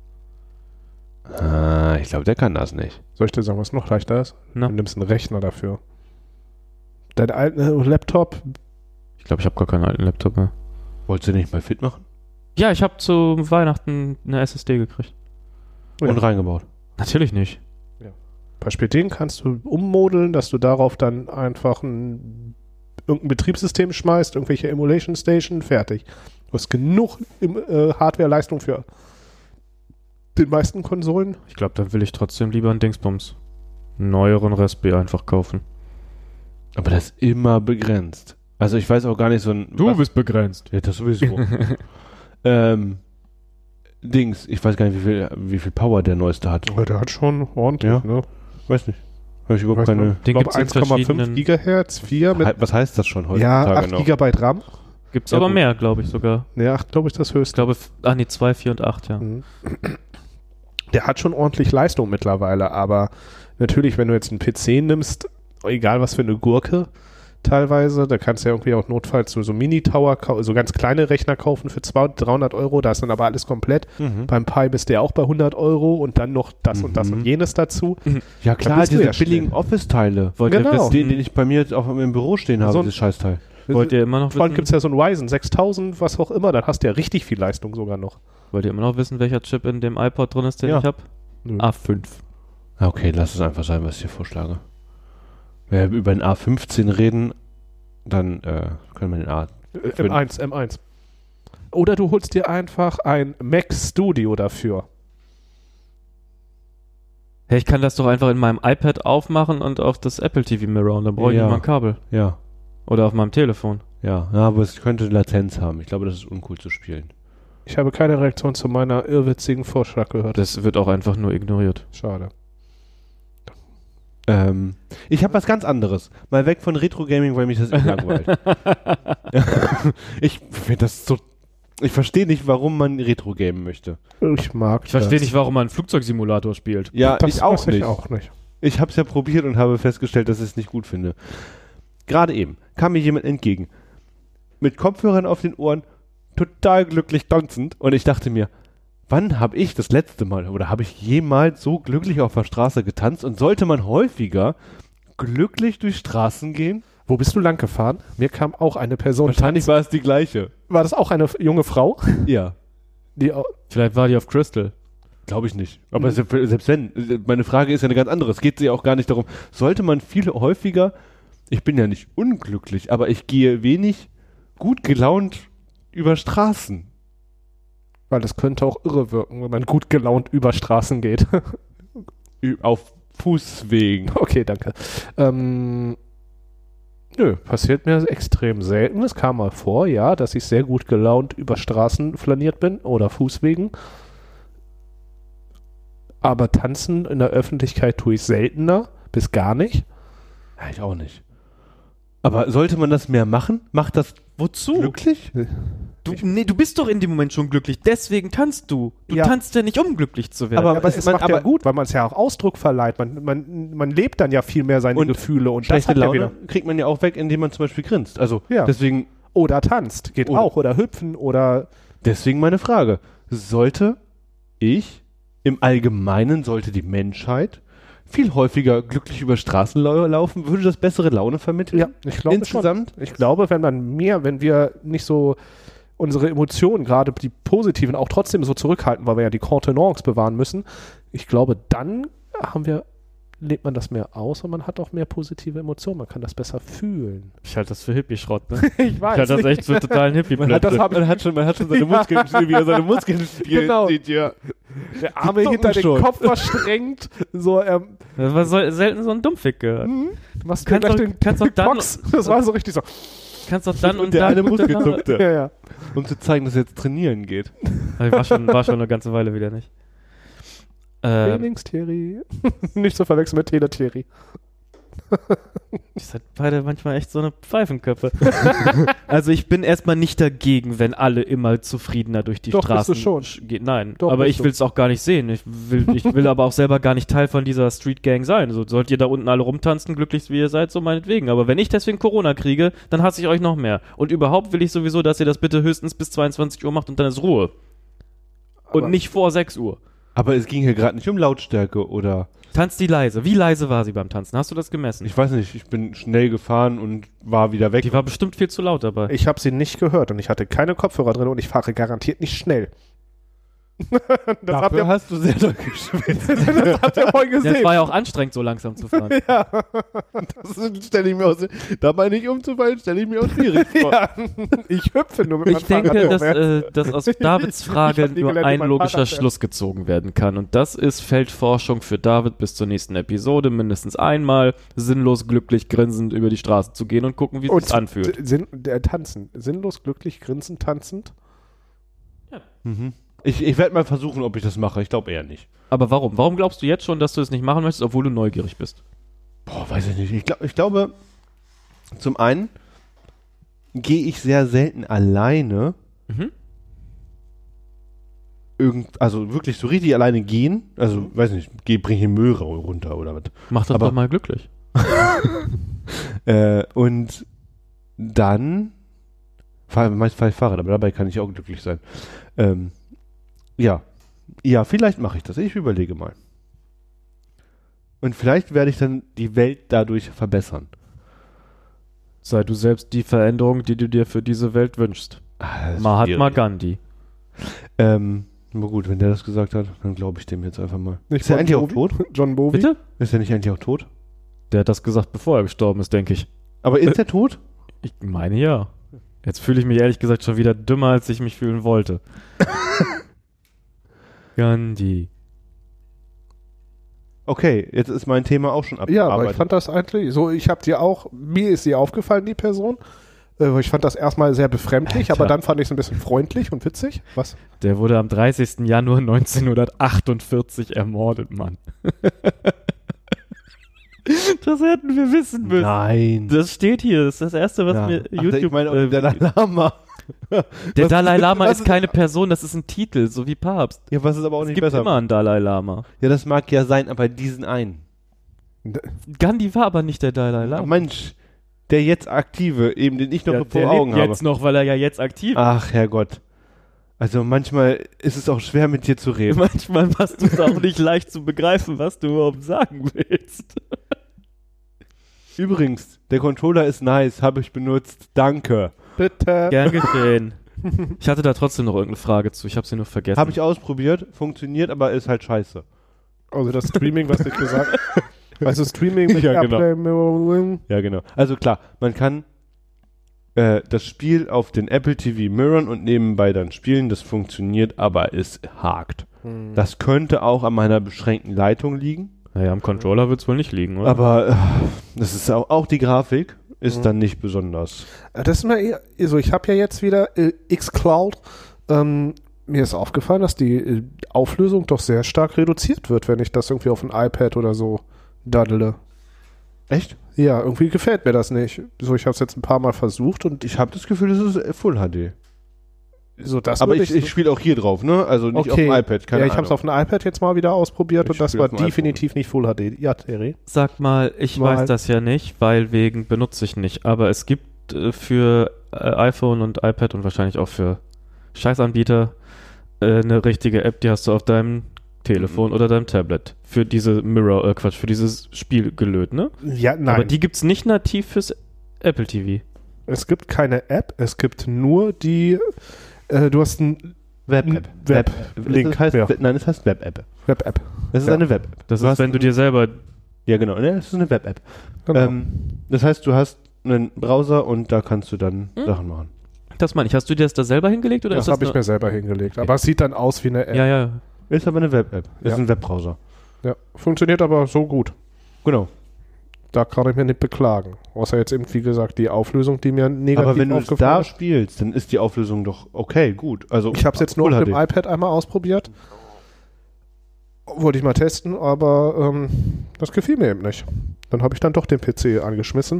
S3: Ah, ich glaube, der kann das nicht.
S2: Soll ich dir sagen, was noch leichter ist?
S1: Na?
S2: Du nimmst einen Rechner dafür. Dein alten Laptop,
S1: Ich glaube, ich habe gar keinen alten Laptop mehr.
S3: Wolltest du den nicht mal fit machen?
S1: Ja, ich habe zu Weihnachten eine S S D gekriegt.
S2: Ja.
S3: Und reingebaut.
S1: Natürlich nicht.
S2: Beispiel den kannst du ummodeln, dass du darauf dann einfach ein, irgendein Betriebssystem schmeißt, irgendwelche Emulation Station, fertig. Du hast genug im, äh, Hardware-Leistung für den meisten Konsolen.
S1: Ich glaube, dann will ich trotzdem lieber einen Dingsbums. Einen neueren Raspberry einfach kaufen.
S3: Aber das ist immer begrenzt. Also ich weiß auch gar nicht so ein... was-
S1: bist begrenzt.
S3: Ja, das sowieso. ähm, Dings, ich weiß gar nicht, wie viel, wie viel Power der neueste hat.
S2: Ja, der hat schon ordentlich,
S3: Ja.
S2: ne?
S3: Weiß nicht. Habe ich überhaupt
S2: Weiß
S3: keine...
S2: nicht.
S1: Den
S2: Ich
S1: gibt's
S2: glaube
S1: in
S2: eins Komma fünf
S1: verschiedenen-
S2: Gigahertz, vier mit,
S3: He- Was heißt das schon
S2: ja,
S3: heutzutage
S2: acht
S3: noch?
S2: Gigabyte RAM.
S1: Gibt's
S3: Ja,
S1: aber
S3: gut.
S1: mehr, glaube ich sogar.
S2: Ne, acht glaube ich das
S1: Ich
S2: höchste.
S1: glaube, f- ah nee, zwei, vier und acht, ja.
S2: Mhm. Der hat schon ordentlich Leistung mittlerweile, aber natürlich, wenn du jetzt einen P C nimmst, egal was für eine Gurke teilweise, da kannst du ja irgendwie auch notfalls so, so Mini-Tower, kau- so ganz kleine Rechner kaufen für zweihundert, dreihundert Euro, da ist dann aber alles komplett.
S3: Mhm.
S2: Beim Pi bist du ja auch bei hundert Euro und dann noch das und das
S3: Mhm.
S2: und jenes dazu.
S3: Ja
S2: Da
S3: klar,
S2: bist du
S3: diese
S2: ja schnell.
S3: billigen Office-Teile.
S1: Wollt
S2: Genau.
S1: ihr wissen,
S3: Den, den ich bei mir jetzt auch im Büro stehen habe,
S2: So ein-
S3: dieses Scheißteil.
S1: wollt ihr immer noch
S2: Vor allem
S1: wissen,
S2: gibt es ja so ein Ryzen sechstausend, was auch immer, dann hast du ja richtig viel Leistung sogar noch.
S1: wollt ihr immer noch wissen, welcher Chip in dem iPod drin ist, den
S3: Ja.
S1: ich habe?
S2: Nö.
S1: A fünf.
S3: Ah, okay, lass es einfach sein, was ich dir vorschlage. Wenn wir über den A fünfzehn reden, dann äh, können wir den A...
S2: Äh,
S3: Für-
S2: M eins, M eins. Oder du holst dir einfach ein Mac Studio dafür.
S1: Hey, ich kann das doch einfach in meinem iPad aufmachen und auf das Apple T V Mirror und dann brauche ich
S3: Ja.
S1: nicht mal ein Kabel.
S3: Ja,
S1: Oder auf meinem Telefon.
S3: ja. Ja, aber es könnte Latenz haben. Ich glaube, das ist uncool zu spielen.
S2: Ich habe keine Reaktion zu meiner irrwitzigen Vorschlag gehört.
S1: Das wird auch einfach nur ignoriert.
S2: Schade.
S3: Ähm, ich habe was ganz anderes. Mal weg von Retro-Gaming, weil mich das immer langweilt. Ich finde das so... Ich verstehe nicht, warum man Retro-Gamen möchte.
S2: Ich mag
S1: Ich verstehe nicht, warum man einen Flugzeugsimulator spielt.
S3: Ja,
S2: das
S3: ich auch
S2: weiß
S3: nicht.
S2: Ich auch nicht.
S3: Ich habe es ja probiert und habe festgestellt, dass ich es nicht gut finde. Gerade eben kam mir jemand entgegen. Mit Kopfhörern auf den Ohren, total glücklich tanzend. Und ich dachte mir, wann habe ich das letzte Mal oder habe ich jemals so glücklich auf der Straße getanzt? Und sollte man häufiger glücklich durch Straßen gehen?
S2: Wo bist du lang gefahren? Mir kam auch eine Person.
S3: Wahrscheinlich war es die gleiche.
S2: War das auch eine junge Frau?
S3: Ja.
S2: Die au-
S1: Vielleicht war die auf Crystal.
S3: Glaube ich nicht. Aber
S2: Mhm.
S3: se- selbst wenn, meine Frage ist ja eine ganz andere. Es geht ja auch gar nicht darum, sollte man viel häufiger, ich bin ja nicht unglücklich, aber ich gehe wenig gut gelaunt über Straßen.
S2: Weil das könnte auch irre wirken, wenn man gut gelaunt über Straßen geht.
S3: Ü- Auf Fußwegen.
S2: Okay, danke. Ähm, nö, passiert mir extrem selten. Es kam mal vor, ja, dass ich sehr gut gelaunt über Straßen flaniert bin oder Fußwegen. Aber tanzen in der Öffentlichkeit tue ich seltener, bis gar nicht.
S3: Ja, ich auch nicht. Aber sollte man das mehr machen? Macht das
S1: Wozu?
S3: glücklich?
S1: Du, nee, du bist doch in dem Moment schon glücklich, deswegen tanzt du. Du
S2: Ja.
S1: tanzt ja nicht, um glücklich zu werden.
S3: Aber
S2: Aber
S3: es-
S2: es
S3: man-
S2: macht ja
S3: aber-
S2: gut, weil man es ja auch Ausdruck verleiht. Man, man, man lebt dann ja viel mehr seine
S3: Und
S2: Gefühle und das
S3: Schlechte
S2: hat ja
S3: Laune
S2: wieder.
S3: kriegt man ja auch weg, indem man zum Beispiel grinst. Also
S2: Ja.
S3: deswegen,
S2: Oder tanzt, geht
S3: Oder-
S2: auch. Oder hüpfen oder
S3: deswegen meine Frage. Sollte ich im Allgemeinen, sollte die Menschheit viel häufiger glücklich über Straßen lau laufen? Würde das bessere Laune vermitteln?
S2: ja, ich glaube
S3: Insgesamt?
S2: schon. Ich glaube, wenn man mehr, wenn wir nicht so unsere Emotionen, gerade die positiven, auch trotzdem so zurückhalten, weil wir ja die Contenance bewahren müssen, ich glaube, dann haben wir, lebt man das mehr aus und man hat auch mehr positive Emotionen. Man kann das besser fühlen.
S1: ich halte das für Hippie-Schrott, ne?
S2: Ich
S1: Ich halte das echt für totalen hippie
S3: Man hat, das, man, hat schon, man hat schon seine
S2: Ja.
S3: Muskeln, wie er seine Muskeln spielt.
S2: Genau.
S3: Sieht, ja.
S2: Der Arme
S3: Die
S2: hinter den
S3: zucken schon.
S2: Kopf verstrengt, so, ähm,
S1: Das war so, selten so ein Dummfick gehört.
S2: hm, du machst
S1: Kannst
S2: gleich
S1: doch-
S2: den
S1: kannst doch dann-
S2: Box. Das war so richtig so.
S1: Kannst doch dann und,
S3: Und der
S1: dann
S3: eine Muskel
S1: miteinander-
S3: zuckte.
S2: Ja, ja.
S3: Um zu zeigen, dass er jetzt trainieren geht.
S1: Ich war schon, war schon eine ganze Weile wieder nicht. Ähm,
S2: Trainingstheorie. Nicht zu verwechseln mit Teletheorie.
S1: ihr seid beide manchmal echt so eine Pfeifenköpfe. Also ich bin erstmal nicht dagegen, wenn alle immer zufriedener durch die
S2: Doch, bist
S1: Straßen
S2: du schon.
S1: sch- gehen. Nein,
S2: Doch,
S1: aber
S2: bist
S1: ich
S2: du.
S1: will es auch gar nicht sehen. Ich will, ich will aber auch selber gar nicht Teil von dieser Street Gang sein. So sollt ihr da unten alle rumtanzen, glücklich wie ihr seid, so meinetwegen. Aber wenn ich deswegen Corona kriege, dann hasse ich euch noch mehr. Und überhaupt will ich sowieso, dass ihr das bitte höchstens bis zweiundzwanzig Uhr macht und dann ist Ruhe. Und
S2: Aber-
S1: nicht vor sechs Uhr.
S3: Aber es ging hier gerade nicht um Lautstärke oder...
S1: Tanzt die leise. Wie leise war sie beim Tanzen? Hast du das gemessen?
S3: Ich weiß nicht, ich bin schnell gefahren und war wieder weg.
S1: Die war bestimmt viel zu laut dabei.
S2: Ich habe sie nicht gehört und ich hatte keine Kopfhörer drin und ich fahre garantiert nicht schnell. das habt ihr,
S3: hast du sehr doll geschwitzt.
S2: das habt ihr vorhin
S1: Ja,
S2: gesehen.
S1: es war ja auch anstrengend, so langsam zu fahren.
S3: Das stelle ich mir aus, dabei nicht umzufallen, stelle ich mir auch schwierig vor.
S2: Ja, ich hüpfe nur mit
S1: Ich
S2: meinem
S1: denke,
S2: Fahrrad
S1: dass,
S2: vorwärts.
S1: äh, dass aus Davids Frage
S2: Ich hab nie
S1: nur
S2: gelernt, wie
S1: ein
S2: man
S1: logischer
S2: Fahrrad fährt.
S1: Schluss gezogen werden kann. Und das ist Feldforschung für David bis zur nächsten Episode. Mindestens einmal sinnlos glücklich grinsend über die Straße zu gehen und gucken, wie es
S2: Und
S1: sich anfühlt.
S2: d- Sinn, der tanzen. Sinnlos, glücklich, grinsend, tanzend.
S3: Mhm. Ich, ich werde mal versuchen, ob ich das mache. Ich glaube eher nicht.
S1: Aber warum? Warum glaubst du jetzt schon, dass du es nicht machen möchtest, obwohl du neugierig bist?
S3: Boah, weiß ich nicht. Ich, glaub, ich glaube, zum einen gehe ich sehr selten alleine.
S1: Mhm.
S3: Irgend, also wirklich so richtig alleine gehen. Also, weiß nicht, geh, bring ich Müll ra- runter oder was.
S1: Mach das
S3: Aber-
S1: doch mal glücklich.
S3: Äh, und dann fahr, meist fahre ich Fahrrad, aber dabei kann ich auch glücklich sein. Ähm, ja. Ja, vielleicht mache ich das. Ich überlege mal. Und vielleicht werde ich dann die Welt dadurch verbessern.
S1: Sei du selbst die Veränderung, die du dir für diese Welt wünschst.
S3: Ah, das ist
S1: Mahatma
S3: schwierig.
S1: Gandhi.
S3: Ähm, na gut, wenn der das gesagt hat, dann glaube ich dem jetzt einfach mal.
S2: Nicht
S3: Ist er
S2: Bon
S3: eigentlich auch
S2: Jovi?
S3: tot?
S2: John Bowie.
S1: Bitte?
S3: Ist er nicht eigentlich auch tot?
S1: Der hat das gesagt, bevor er gestorben ist, denke ich.
S3: Aber ist er tot?
S1: Ich meine ja. Jetzt fühle ich mich ehrlich gesagt schon wieder dümmer, als ich mich fühlen wollte. Gandhi.
S3: Okay, jetzt ist mein Thema auch schon
S2: Ja, aber ich
S3: abgearbeitet.
S2: fand das eigentlich so, ich habe dir auch, mir ist sie aufgefallen, die Person. Äh, ich fand das erstmal sehr befremdlich,
S1: Alter.
S2: aber dann fand ich es ein bisschen freundlich und witzig. Was?
S1: Der wurde am dreißigsten Januar neunzehnhundertachtundvierzig ermordet, Mann. Das hätten wir wissen müssen.
S3: Nein.
S1: Das steht hier. Das ist das Erste, was
S3: Ja.
S1: mir
S3: Ach,
S1: YouTube...
S3: ich meine,
S1: äh,
S3: der Dalai Lama.
S1: der
S3: Was-
S1: Dalai Lama
S3: was
S1: ist keine Person, das ist ein Titel, so wie Papst.
S3: Ja, was ist aber auch
S1: Es
S3: nicht
S1: gibt
S3: besser.
S1: immer einen Dalai Lama.
S3: Ja, das mag ja sein, aber diesen einen.
S1: Gandhi war aber nicht der Dalai
S3: Ach,
S1: Lama.
S3: Mensch, der jetzt aktive, eben den ich noch
S1: Ja,
S3: vor
S1: der
S3: Augen
S1: lebt
S3: habe.
S1: jetzt noch, weil er ja jetzt aktiv ist.
S3: Ach, Herrgott. Also manchmal ist es auch schwer, mit dir zu reden.
S1: Manchmal machst du es auch nicht leicht zu begreifen, was du überhaupt sagen willst.
S3: Übrigens, der Controller ist nice, habe ich benutzt. Danke.
S2: Bitte.
S1: Gern geschehen. Ich hatte da trotzdem noch irgendeine Frage zu, ich habe sie nur vergessen.
S3: Habe ich ausprobiert, funktioniert, aber ist halt scheiße.
S2: Also das Streaming, was ich gesagt habe. Also Streaming mit
S3: Ja, genau.
S2: Airplay, Mirroring.
S3: Ja, genau. Also klar, man kann äh, das Spiel auf den Apple T V mirrorn und nebenbei dann spielen. Das funktioniert, aber es hakt.
S2: Hm.
S3: Das könnte auch an meiner beschränkten Leitung liegen.
S1: Naja, am Controller wird es wohl nicht liegen, oder?
S3: Aber äh, das ist auch, auch die Grafik ist
S2: Mhm.
S3: dann nicht besonders.
S2: Das ist mir eher, also ich habe ja jetzt wieder äh, xCloud. Ähm, mir ist aufgefallen, dass die äh, Auflösung doch sehr stark reduziert wird, wenn ich das irgendwie auf ein iPad oder so daddele.
S3: Echt?
S2: Ja, irgendwie gefällt mir das nicht. So, ich habe es jetzt ein paar Mal versucht und
S3: Ich habe das Gefühl, das ist äh, Full H D.
S2: so das
S3: Aber
S2: würde
S3: ich, ich spiele auch hier drauf, ne? Also nicht
S2: Okay.
S3: auf dem iPad. Keine
S2: ja, ich habe es
S3: Ahnung.
S2: auf dem iPad jetzt mal wieder ausprobiert
S3: Ich
S2: und das
S3: spiel
S2: war
S3: auf dem
S2: definitiv nicht Full H D. Ja, Terry.
S1: Sag mal, ich
S2: Mal.
S1: weiß das ja nicht, weil wegen benutze ich nicht, aber es gibt äh, für äh, iPhone und iPad und wahrscheinlich auch für Scheißanbieter äh, eine richtige App, die hast du auf deinem Telefon
S3: Mhm.
S1: oder deinem Tablet. Für diese Mirror, äh, Quatsch, für dieses Spielgelöt, ne?
S2: Ja, nein.
S1: Aber die gibt's nicht nativ fürs Apple T V.
S2: Es gibt keine App, es gibt nur die, äh, du hast ein
S3: Web-App.
S2: Web. Link,
S3: Es heißt,
S2: ja.
S3: Nein, es heißt Web-App.
S2: Web-App.
S3: Es ist
S2: Ja.
S3: eine Web-App.
S1: Das
S3: Du
S1: ist,
S3: hast
S1: wenn du
S3: ein-
S1: dir selber...
S3: Ja, genau. Ne, das ist eine Web-App.
S2: Genau.
S3: Ähm, das heißt, du hast einen Browser und da kannst du dann
S1: Hm?
S3: Sachen machen.
S1: Das meine ich. Hast du dir das da selber hingelegt? Oder
S2: das
S1: ist das
S2: habe ich
S1: eine-
S2: mir selber hingelegt. Aber es sieht dann aus wie eine App.
S1: Ja, ja.
S3: Ist aber eine Web-App. Ist
S2: Ja.
S3: ein Webbrowser.
S2: Ja. Funktioniert aber so gut.
S3: Genau.
S2: Da kann ich mir nicht beklagen. Außer jetzt eben, wie gesagt, die Auflösung, die mir negativ
S3: Aber wenn du es
S2: aufgefallen
S3: da
S2: ist.
S3: spielst, dann ist die Auflösung doch okay, gut. Also
S2: Ich habe es jetzt nur
S3: Full
S2: auf dem
S3: H D.
S2: iPad einmal ausprobiert. Wollte ich mal testen, aber ähm, das gefiel mir eben nicht. Dann habe ich dann doch den P C angeschmissen.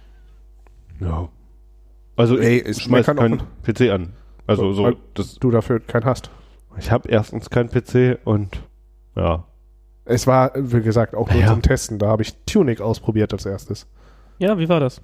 S3: Ja. Also
S2: Ey,
S3: ich
S2: ist-
S3: schmeiß
S2: man kann
S3: keinen
S2: auch-
S3: P C an. Also so,
S2: Weil
S3: das,
S2: Du dafür keinen hast.
S3: ich habe erstens keinen P C und ja.
S2: Es war, wie gesagt, auch nur
S3: Ja.
S2: zum Testen. Da habe ich Tunic ausprobiert als erstes.
S1: Ja, wie war das?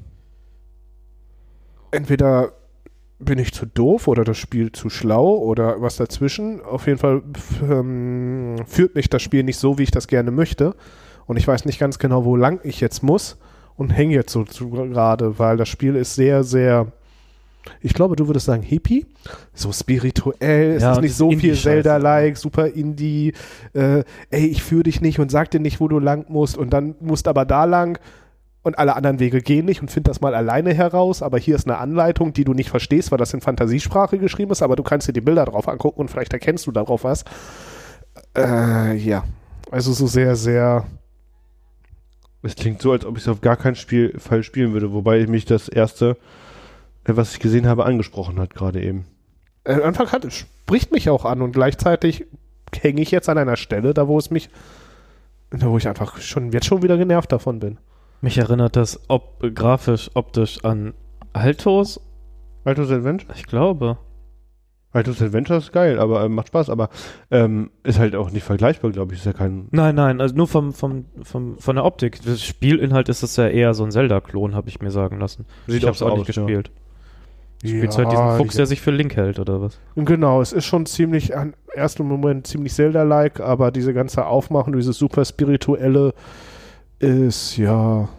S2: Entweder bin ich zu doof oder das Spiel zu schlau oder was dazwischen. Auf jeden Fall f- ähm, führt mich das Spiel nicht so, wie ich das gerne möchte. Und ich weiß nicht ganz genau, wo lang ich jetzt muss und hänge jetzt so zu- gerade, weil das Spiel ist sehr, sehr, ich glaube, du würdest sagen hippie, so spirituell, es
S1: Ja,
S2: ist
S1: und
S2: nicht
S1: das
S2: so viel
S1: Indie-Scheiße.
S2: Zelda-like, super Indie, äh, ey, ich führe dich nicht und sag dir nicht, wo du lang musst und dann musst aber da lang und alle anderen Wege gehen nicht und find das mal alleine heraus, aber hier ist eine Anleitung, die du nicht verstehst, weil das in Fantasiesprache geschrieben ist, aber du kannst dir die Bilder drauf angucken und vielleicht erkennst du darauf was. Äh, ja, also so sehr, sehr,
S3: Es klingt so, als ob ich es auf gar keinen Spiel, Fall spielen würde, wobei mich das erste, äh, was ich gesehen habe, angesprochen hat gerade eben.
S2: äh, am Anfang hat, es spricht mich auch an und gleichzeitig hänge ich jetzt an einer Stelle, da wo es mich, da wo ich einfach schon, jetzt schon wieder genervt davon bin.
S1: Mich erinnert das ob, grafisch, optisch an Altos.
S3: Altos Adventure?
S1: Ich glaube.
S3: Altos Adventure ist geil, aber äh, macht Spaß, aber ähm, ist halt auch nicht vergleichbar, glaube ich. Ist ja kein.
S1: Nein, nein, also nur vom, vom, vom, von der Optik. Das Spielinhalt ist das ja eher so ein Zelda-Klon, habe ich mir sagen lassen.
S3: Sieht
S1: ich habe es
S3: so
S1: auch nicht
S3: aus, ja.
S1: gespielt. Spielst halt diesen Fuchs, der sich für Link hält, oder was?
S2: Genau, es ist schon ziemlich, am ersten Moment ziemlich Zelda-like, aber diese ganze Aufmachung, dieses super spirituelle ist ja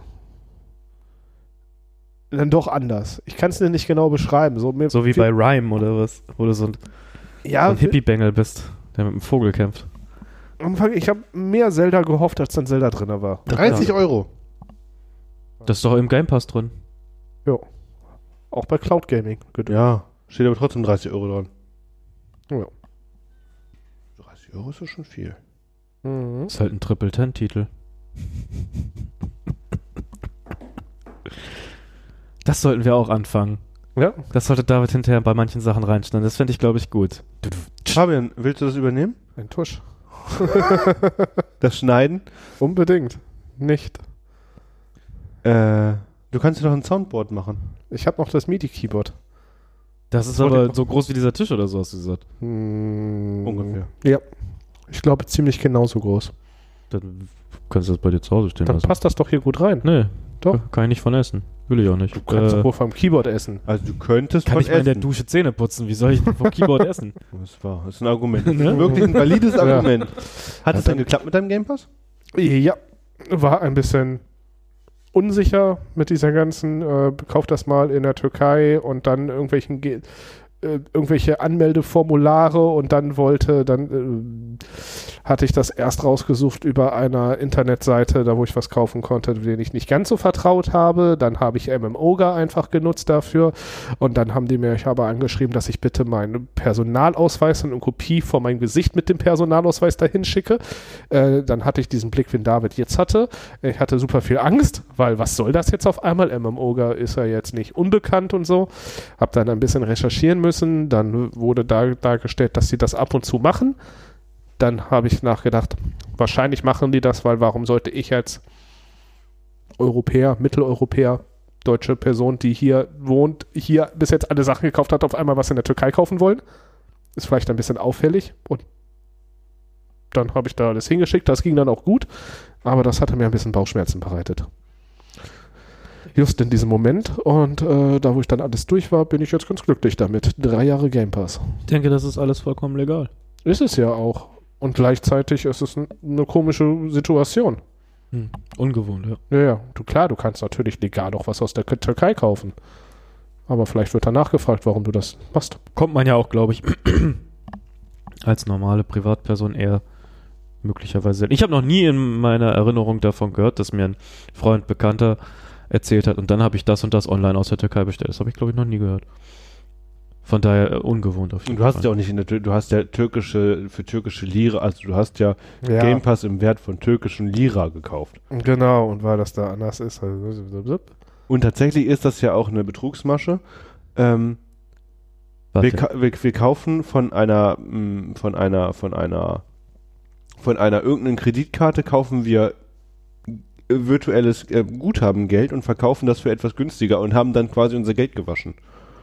S2: dann doch anders. Ich kann es dir nicht genau beschreiben. So, mir,
S1: So wie bei Rhyme oder was? Wo du so ein,
S2: ja,
S1: so ein Hippie-Bengel bist, der mit einem Vogel kämpft.
S2: am Anfang, ich habe mehr Zelda gehofft, als dann Zelda drin war.
S3: dreißig Euro.
S1: Das ist doch im Game Pass drin.
S2: Jo. Auch bei Cloud Gaming. Geduld.
S3: Ja, steht aber trotzdem dreißig Euro dran.
S2: Ja.
S3: dreißig Euro ist doch schon viel.
S2: Mhm.
S1: Ist halt ein Triple-Ten-Titel. Das sollten wir auch anfangen.
S2: Ja.
S1: Das sollte David hinterher bei manchen Sachen reinschneiden. Das fände ich, glaube ich, gut.
S3: Fabian, willst du das übernehmen?
S2: Ein Tusch.
S3: Das Schneiden?
S2: Unbedingt. Nicht.
S3: Äh, du kannst dir doch ein Soundboard machen.
S2: Ich habe noch das MIDI-Keyboard.
S1: Das ist
S2: Das wollte ich
S1: aber
S2: noch-
S1: so groß wie dieser Tisch oder so, hast du gesagt.
S2: Hm,
S3: Ungefähr.
S2: Ja. Ich glaube, ziemlich genauso groß.
S1: Dann kannst du das bei dir zu Hause stehen
S2: Dann
S1: lassen.
S2: passt das doch hier gut rein.
S1: Nee,
S2: Doch.
S1: kann ich nicht von essen. Will ich auch nicht.
S2: Du kannst
S1: Äh,
S2: doch wohl vom Keyboard essen.
S3: Also du könntest
S1: kann
S3: von
S1: ich mal in der
S3: essen.
S1: Dusche Zähne putzen? Wie soll ich denn vom Keyboard essen?
S3: Das war, das ist ein Argument. Das
S1: Ne?
S3: ist wirklich ein valides
S2: Ja.
S3: Argument. Hat es
S2: dann-
S3: denn geklappt mit deinem Game Pass?
S2: Ja. War ein bisschen unsicher mit dieser ganzen, äh, kauf das mal in der Türkei und dann irgendwelchen Ge äh, irgendwelche Anmeldeformulare und dann wollte, dann äh, hatte ich das erst rausgesucht über einer Internetseite, da wo ich was kaufen konnte, den ich nicht ganz so vertraut habe. Dann habe ich M M O G A einfach genutzt dafür und dann haben die mir, ich habe angeschrieben, dass ich bitte meinen Personalausweis und eine Kopie von meinem Gesicht mit dem Personalausweis dahin schicke. Äh, dann hatte ich diesen Blick, den David jetzt hatte. Ich hatte super viel Angst, weil was soll das jetzt auf einmal? M M O G A ist ja jetzt nicht unbekannt und so. Hab dann ein bisschen recherchieren müssen. Dann wurde da, dargestellt, dass sie das ab und zu machen. Dann habe ich nachgedacht, wahrscheinlich machen die das, weil warum sollte ich als Europäer, Mitteleuropäer, deutsche Person, die hier wohnt, hier bis jetzt alle Sachen gekauft hat, auf einmal was in der Türkei kaufen wollen? Ist vielleicht ein bisschen auffällig. Und dann habe ich da alles hingeschickt. Das ging dann auch gut. Aber das hatte mir ein bisschen Bauchschmerzen bereitet. Just in diesem Moment. Und äh, da, wo ich dann alles durch war, bin ich jetzt ganz glücklich damit. Drei Jahre Game Pass.
S1: Ich denke, das ist alles vollkommen legal.
S2: Ist es ja auch. Und gleichzeitig ist es n- eine komische Situation.
S1: Hm. Ungewohnt, ja.
S2: Ja, ja. Du, klar, du kannst natürlich legal auch was aus der K- Türkei kaufen. Aber vielleicht wird da nachgefragt, warum du das machst.
S1: Kommt man ja auch, glaube ich, als normale Privatperson eher möglicherweise. Ich habe noch nie in meiner Erinnerung davon gehört, dass mir ein Freund, Bekannter erzählt hat und dann habe ich das und das online aus der Türkei bestellt. Das habe ich, glaube ich, noch nie gehört. Von daher äh, ungewohnt auf jeden
S3: Und du hast
S1: Fall.
S3: ja auch nicht in der Tür, du hast ja türkische, für türkische Lira, also du hast ja,
S2: Ja.
S3: Game Pass im Wert von türkischen Lira gekauft.
S2: Genau, und weil das da anders ist. Also,
S3: Und tatsächlich ist das ja auch eine Betrugsmasche. Ähm,
S1: Warte.
S3: wir, ka- wir, wir kaufen von einer, mh, von einer, von einer, von einer irgendeinen Kreditkarte kaufen wir virtuelles äh, Guthabengeld und verkaufen das für etwas günstiger und haben dann quasi unser Geld gewaschen.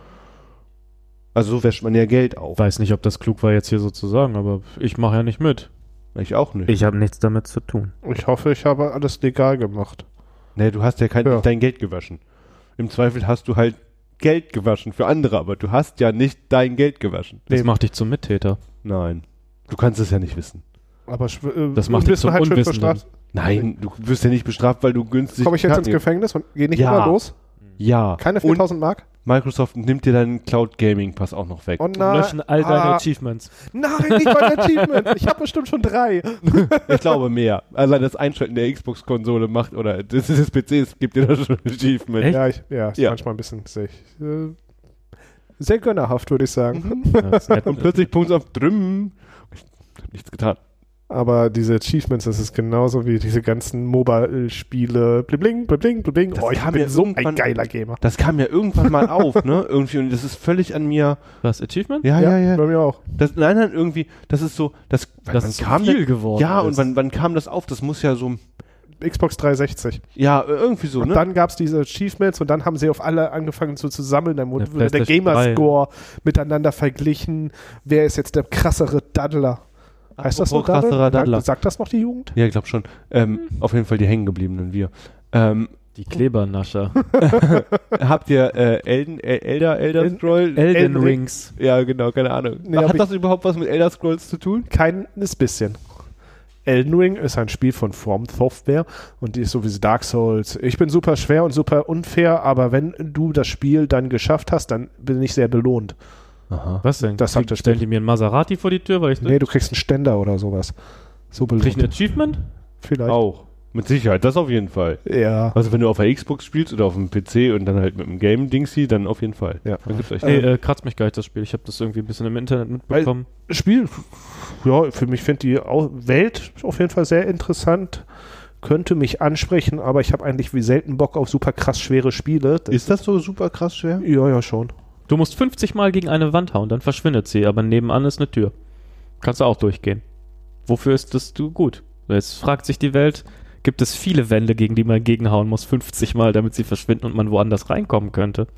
S3: Also so wäscht man ja Geld auf.
S1: Weiß nicht, ob das klug war, jetzt hier so zu sagen, aber ich mache ja nicht mit.
S3: Ich auch nicht.
S1: Ich habe nichts damit zu tun.
S2: ich hoffe, ich habe alles legal gemacht.
S3: Nee, du hast ja kein,
S2: Ja.
S3: nicht dein Geld gewaschen. Im Zweifel hast du halt Geld gewaschen für andere, aber du hast ja nicht dein Geld gewaschen.
S1: Das
S2: Nee.
S1: macht dich zum Mittäter.
S3: Nein. Du kannst es ja nicht wissen.
S2: Aber schw- äh,
S1: Das macht dich
S2: bist du
S1: zum
S2: halt schön
S1: Unwissenden.
S2: bestraft.
S3: Nein, du wirst ja nicht bestraft, weil du günstig...
S2: Komme ich jetzt ins
S3: Karten-
S2: Gefängnis und gehe nicht
S3: Ja.
S2: mehr los?
S3: Ja.
S2: Keine
S3: Und
S2: viertausend Mark?
S3: Microsoft nimmt dir deinen Cloud Gaming Pass auch noch weg.
S2: Oh
S1: Und
S2: nein.
S1: löschen all deine
S2: Ah,
S1: Achievements.
S2: nein, nicht mein Achievement. Ich habe bestimmt schon drei.
S3: Ich glaube mehr. Allein das Einschalten der Xbox-Konsole macht, oder des, des P Cs gibt dir das schon ein Achievement.
S1: Echt?
S2: Ja, ich, ja, ist
S3: Ja.
S2: manchmal ein bisschen sehr, äh, sehr gönnerhaft, würde ich sagen.
S1: Ja, das ist nett.
S3: Und plötzlich Punkt auf drümm. Ich hab nichts getan.
S2: Aber diese Achievements, das ist genauso wie diese ganzen Mobile-Spiele. Blibling, blibling, blibling.
S3: Das
S2: Oh, ich
S3: kam
S2: bin
S3: ja
S2: so ein
S3: irgendwann-
S2: geiler Gamer.
S3: Das kam ja irgendwann mal auf, ne? Irgendwie, und das ist völlig an mir.
S1: Was, Achievement?
S3: Ja, ja, ja.
S2: Bei mir auch.
S3: Das, nein, nein, irgendwie, das ist so, das,
S1: Das
S3: wann
S1: ist
S3: kam
S1: viel
S3: denn-
S1: geworden.
S3: Ja, und
S1: ist.
S3: wann, wann kam das auf? Das muss ja so,
S2: Xbox dreihundertsechzig.
S3: ja, irgendwie so,
S2: Und
S3: ne?
S2: dann gab es diese Achievements und dann haben sie auf alle angefangen so zu sammeln. Dann wurde
S1: Ja,
S2: wurde der
S1: PlayStation drei.
S2: Gamerscore miteinander verglichen. Wer ist jetzt der krassere Daddler? Heißt das so
S3: Apropos krasserer Daddler.
S2: Sagt das noch die Jugend?
S3: Ja, ich glaube schon. Ähm, auf jeden Fall die hängengebliebenen wir. Ähm,
S1: Die Klebernascher.
S3: habt ihr äh, Elden, äh, Elder, Elder
S2: El-
S3: Scroll?
S1: Elden
S2: Elden Ring.
S1: Rings.
S3: Ja, genau, keine Ahnung.
S2: Nee, hab
S3: Hat
S2: ich-
S3: das überhaupt was mit Elder Scrolls zu tun?
S2: Keines bisschen. Elden Ring ist ein Spiel von From Software und die ist so wie Dark Souls. Ich bin super schwer und super unfair, aber wenn du das Spiel dann geschafft hast, dann bin ich sehr belohnt.
S3: Aha.
S1: Was denn?
S2: Das sagt das
S1: Stellen
S2: Spiel.
S1: die mir einen Maserati vor die Tür, weil ich
S2: Nee, du kriegst einen Ständer oder sowas. So
S1: krieg ich ein
S2: belohnt.
S1: Achievement?
S2: Vielleicht.
S3: Auch. Mit Sicherheit, das auf jeden Fall.
S2: Ja.
S3: Also wenn du auf der Xbox spielst oder auf dem P C und dann halt mit dem Game-Dingsy, dann auf jeden Fall.
S2: Ja.
S3: Dann gibt's echt
S1: Nee, äh, kratzt mich gar nicht das Spiel. Ich habe das irgendwie ein bisschen im Internet mitbekommen.
S2: Spiel, ja, für mich finde die Au- Welt auf jeden Fall sehr interessant. könnte mich ansprechen, aber ich habe eigentlich wie selten Bock auf super krass schwere Spiele. Das
S3: Ist das so super krass schwer?
S2: Ja, ja, schon.
S1: Du musst fünfzig Mal gegen eine Wand hauen, dann verschwindet sie, aber nebenan ist eine Tür. Kannst du auch durchgehen. Wofür ist das du gut? Jetzt fragt sich die Welt, gibt es viele Wände, gegen die man gegenhauen muss, fünfzig Mal, damit sie verschwinden und man woanders reinkommen könnte?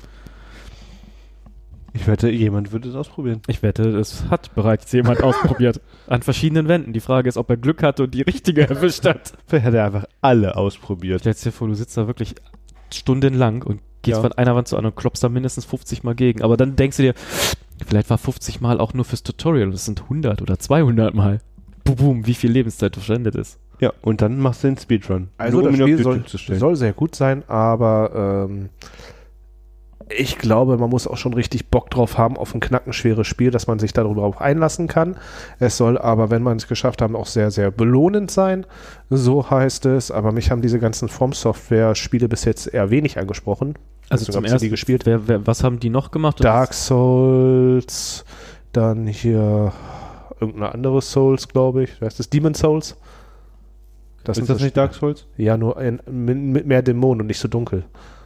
S3: Ich wette, jemand würde es ausprobieren.
S1: Ich wette, es hat bereits jemand ausprobiert. An verschiedenen Wänden. Die Frage ist, ob er Glück hatte und die richtige erwischt hat.
S3: Vielleicht hat er einfach alle ausprobiert.
S1: Stellst dir vor, du sitzt da wirklich stundenlang und gehst
S2: Ja.
S1: von einer Wand zur anderen und klopfst da mindestens fünfzig Mal gegen. Aber dann denkst du dir, vielleicht war fünfzig Mal auch nur fürs Tutorial und es sind hundert oder zweihundert Mal. Boom, boom, wie viel Lebenszeit verschwendet ist.
S3: Ja, und dann machst du den Speedrun.
S2: Also
S3: Nur, um
S2: das
S3: ihn auf
S2: Spiel soll,
S3: YouTube zu stellen.
S2: soll sehr gut sein, aber ähm, ich glaube, man muss auch schon richtig Bock drauf haben auf ein knackenschweres Spiel, dass man sich darauf einlassen kann. Es soll aber, wenn man es geschafft hat, auch sehr, sehr belohnend sein. So heißt es. Aber mich haben diese ganzen From-Software-Spiele bis jetzt eher wenig angesprochen.
S1: Also
S2: Deswegen
S1: zum
S2: hab ich sie
S1: ersten,
S2: gespielt.
S1: wer, wer, was haben die noch gemacht?
S2: Dark Souls, dann hier irgendein anderes Souls, glaube ich. Heißt das Demon Souls? Das
S3: Ist
S2: sind
S3: das
S2: so
S3: nicht Dark Souls?
S2: Ja, nur ein, mit, mit mehr Dämonen und nicht so dunkel.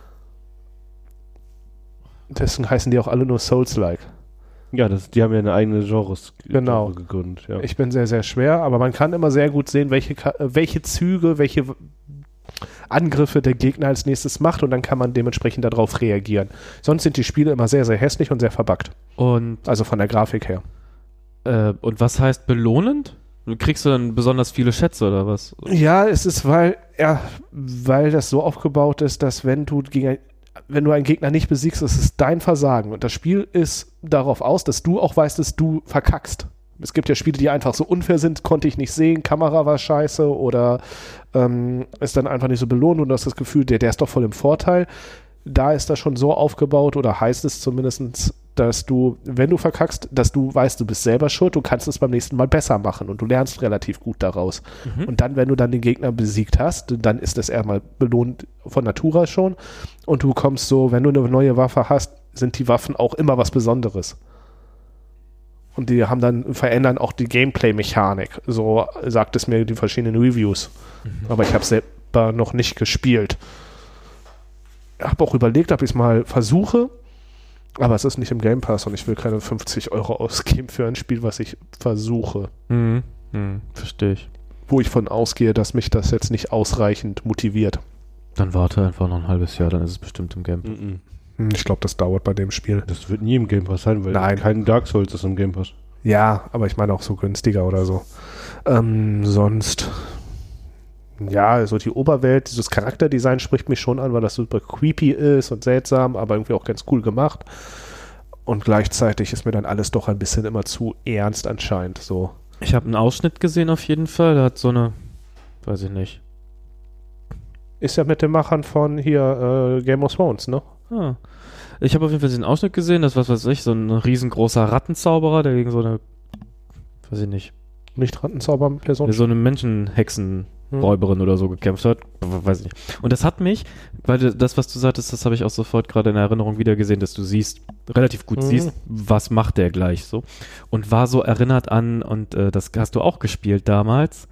S2: Deswegen heißen die auch alle nur Souls-like.
S3: Ja, das, die haben ja eine eigene Genres
S2: Genau.
S3: Genre gegründet. Ja.
S2: Ich bin sehr, sehr schwer, aber man kann immer sehr gut sehen, welche, Ka- äh, welche Züge, welche w- Angriffe der Gegner als nächstes macht und dann kann man dementsprechend darauf reagieren. Sonst sind die Spiele immer sehr, sehr hässlich und sehr verbuggt.
S1: Und,
S2: Also von der Grafik her.
S1: äh, und was heißt belohnend? Kriegst du dann besonders viele Schätze oder was?
S2: Ja, es ist, weil, ja, weil das so aufgebaut ist, dass wenn du gegen ein, wenn du einen Gegner nicht besiegst, ist es dein Versagen. Und das Spiel ist darauf aus, dass du auch weißt, dass du verkackst. Es gibt ja Spiele, die einfach so unfair sind, konnte ich nicht sehen, Kamera war scheiße oder ähm, ist dann einfach nicht so belohnt und du hast das Gefühl, der, der ist doch voll im Vorteil. Da ist das schon so aufgebaut oder heißt es zumindest, dass du, wenn du verkackst, dass du weißt, du bist selber schuld, du kannst es beim nächsten Mal besser machen und du lernst relativ gut daraus.
S1: Mhm.
S2: Und dann, wenn du dann den Gegner besiegt hast, dann ist das eher mal belohnt von Natura schon und du kommst so, wenn du eine neue Waffe hast, sind die Waffen auch immer was Besonderes. Und die haben dann, verändern auch die Gameplay-Mechanik. So sagt es mir die verschiedenen Reviews.
S1: Mhm.
S2: Aber ich habe selber noch nicht gespielt. Ich habe auch überlegt, ob ich es mal versuche, aber es ist nicht im Game Pass und ich will keine fünfzig Euro ausgeben für ein Spiel, was ich versuche.
S1: Mhm. Mhm. Verstehe ich.
S2: Wo ich von ausgehe, dass mich das jetzt nicht ausreichend motiviert.
S1: Dann warte einfach noch ein halbes Jahr, dann ist es bestimmt im Game.
S3: Mhm.
S2: Hm, Ich glaube, das dauert bei dem Spiel.
S3: Das wird nie im Game Pass sein, weil
S2: Nein.
S3: kein Dark Souls ist im Game Pass.
S2: Ja, aber ich meine auch so günstiger oder so. Ähm, sonst, ja, so die Oberwelt, dieses Charakterdesign spricht mich schon an, weil das super creepy ist und seltsam, aber irgendwie auch ganz cool gemacht. Und gleichzeitig ist mir dann alles doch ein bisschen immer zu ernst anscheinend. So.
S1: Ich habe einen Ausschnitt gesehen auf jeden Fall, da hat so eine, weiß ich nicht.
S2: Ist ja mit den Machern von hier äh, Game of Thrones, ne?
S1: Ah. Ich habe auf jeden Fall den Ausschnitt gesehen, das was weiß ich, so ein riesengroßer Rattenzauberer, der gegen so eine, weiß ich nicht,
S2: Nicht Rattenzauber-Person.
S1: der so eine Menschenhexenräuberin oder so gekämpft hat, weiß ich nicht. Und das hat mich, weil du- das, was du sagtest, das habe ich auch sofort gerade in Erinnerung wieder gesehen, dass du siehst, relativ gut
S2: Mhm.
S1: siehst, was macht der gleich so. Und war so erinnert an, und äh, das hast du auch gespielt damals,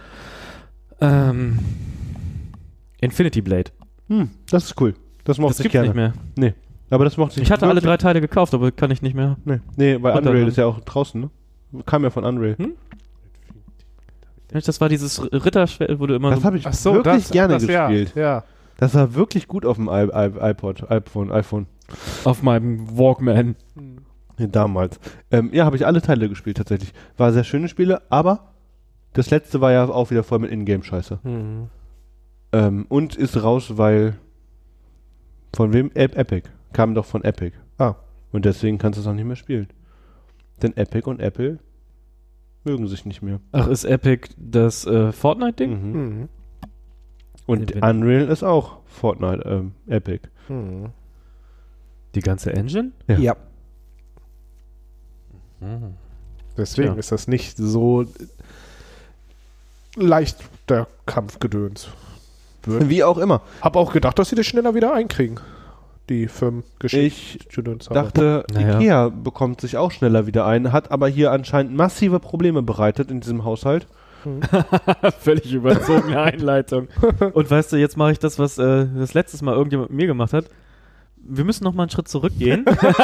S1: ähm, Infinity Blade.
S3: Hm, das ist cool. Das mochte
S1: Das
S3: ich
S1: gibt's
S3: gerne.
S1: nicht mehr.
S3: Aber das mochte ich
S1: Ich hatte alle
S3: wirklich-
S1: drei Teile gekauft, aber kann ich nicht mehr.
S3: Nee, nee weil
S1: Runter-
S3: Unreal ist ja auch draußen, ne? Kam ja von Unreal.
S1: Hm? Das war dieses Ritterschwert, wo du immer
S3: Das
S1: so
S3: habe ich
S2: Ach so,
S3: wirklich
S2: das,
S3: gerne
S2: das, ja,
S3: gespielt.
S2: ja.
S3: Das war wirklich gut auf dem I I iPod, iPhone, iPhone.
S1: auf meinem Walkman.
S3: Ja, damals. Ähm, ja, habe ich alle Teile gespielt tatsächlich. War sehr schöne Spiele, aber das letzte war ja auch wieder voll mit Ingame-Scheiße.
S2: Mhm.
S3: Ähm, und ist raus, weil von wem? Ep Epic. Kam doch von Epic.
S2: Ah.
S3: Und deswegen kannst du es auch nicht mehr spielen. Denn Epic und Apple mögen sich nicht mehr.
S1: Ach, ist Epic das äh, Fortnite-Ding?
S3: Mhm.
S2: Mhm.
S3: Und
S1: Wenn-
S3: Unreal ist auch Fortnite, ähm, Epic.
S2: Mhm.
S1: Die ganze Engine?
S3: Ja.
S2: Ja.
S1: Mhm.
S2: Deswegen
S1: Tja.
S2: ist das nicht so leicht der Kampfgedöns. Wird.
S3: Wie auch immer.
S2: Hab auch gedacht, dass sie das schneller wieder einkriegen. Die Firmengeschichte.
S3: Ich dachte,
S1: Naja.
S3: Ikea bekommt sich auch schneller wieder ein, hat aber hier anscheinend massive Probleme bereitet in diesem Haushalt.
S1: Völlig überzogene Einleitung. Und weißt du, jetzt mache ich das, was äh, das letztes Mal irgendjemand mit mir gemacht hat. Wir müssen noch mal einen Schritt zurückgehen.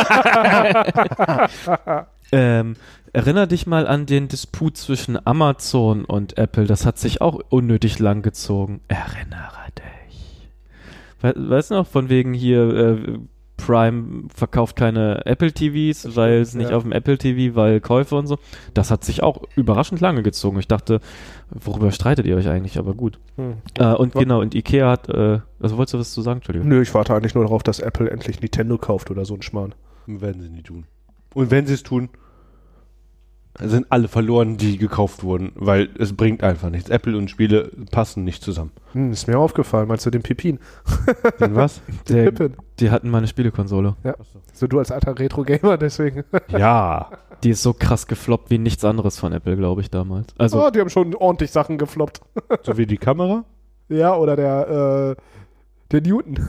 S1: ähm, erinner dich mal an den Disput zwischen Amazon und Apple. Das hat sich auch unnötig lang gezogen. Erinnere dich. We weißt du noch, von wegen hier äh, Prime verkauft keine Apple T Vs, weil es nicht
S2: ja.
S1: auf dem Apple T V, weil Käufe und so. Das hat sich auch überraschend lange gezogen. Ich dachte, worüber streitet ihr euch eigentlich? Aber gut.
S2: Hm.
S1: Äh, und genau, und Ikea hat, äh, also wolltest du was zu sagen? Entschuldigung.
S2: Nö, ich warte eigentlich nur darauf, dass Apple endlich Nintendo kauft oder so ein Schmarrn.
S3: Werden sie nie tun. Und wenn sie es tun, sind alle verloren, die gekauft wurden, weil es bringt einfach nichts. Apple und Spiele passen nicht zusammen.
S2: Hm, ist mir aufgefallen. Meinst du den Pipin?
S3: Den was?
S1: Der,
S2: Pippin.
S1: die hatten mal eine Spielekonsole.
S2: Ja. So du als alter Retro-Gamer, deswegen.
S3: Ja.
S1: Die ist so krass gefloppt wie nichts anderes von Apple, glaube ich, damals. Also,
S2: Oh, die haben schon ordentlich Sachen gefloppt.
S3: So wie die Kamera?
S2: Ja, oder der, äh, der Newton.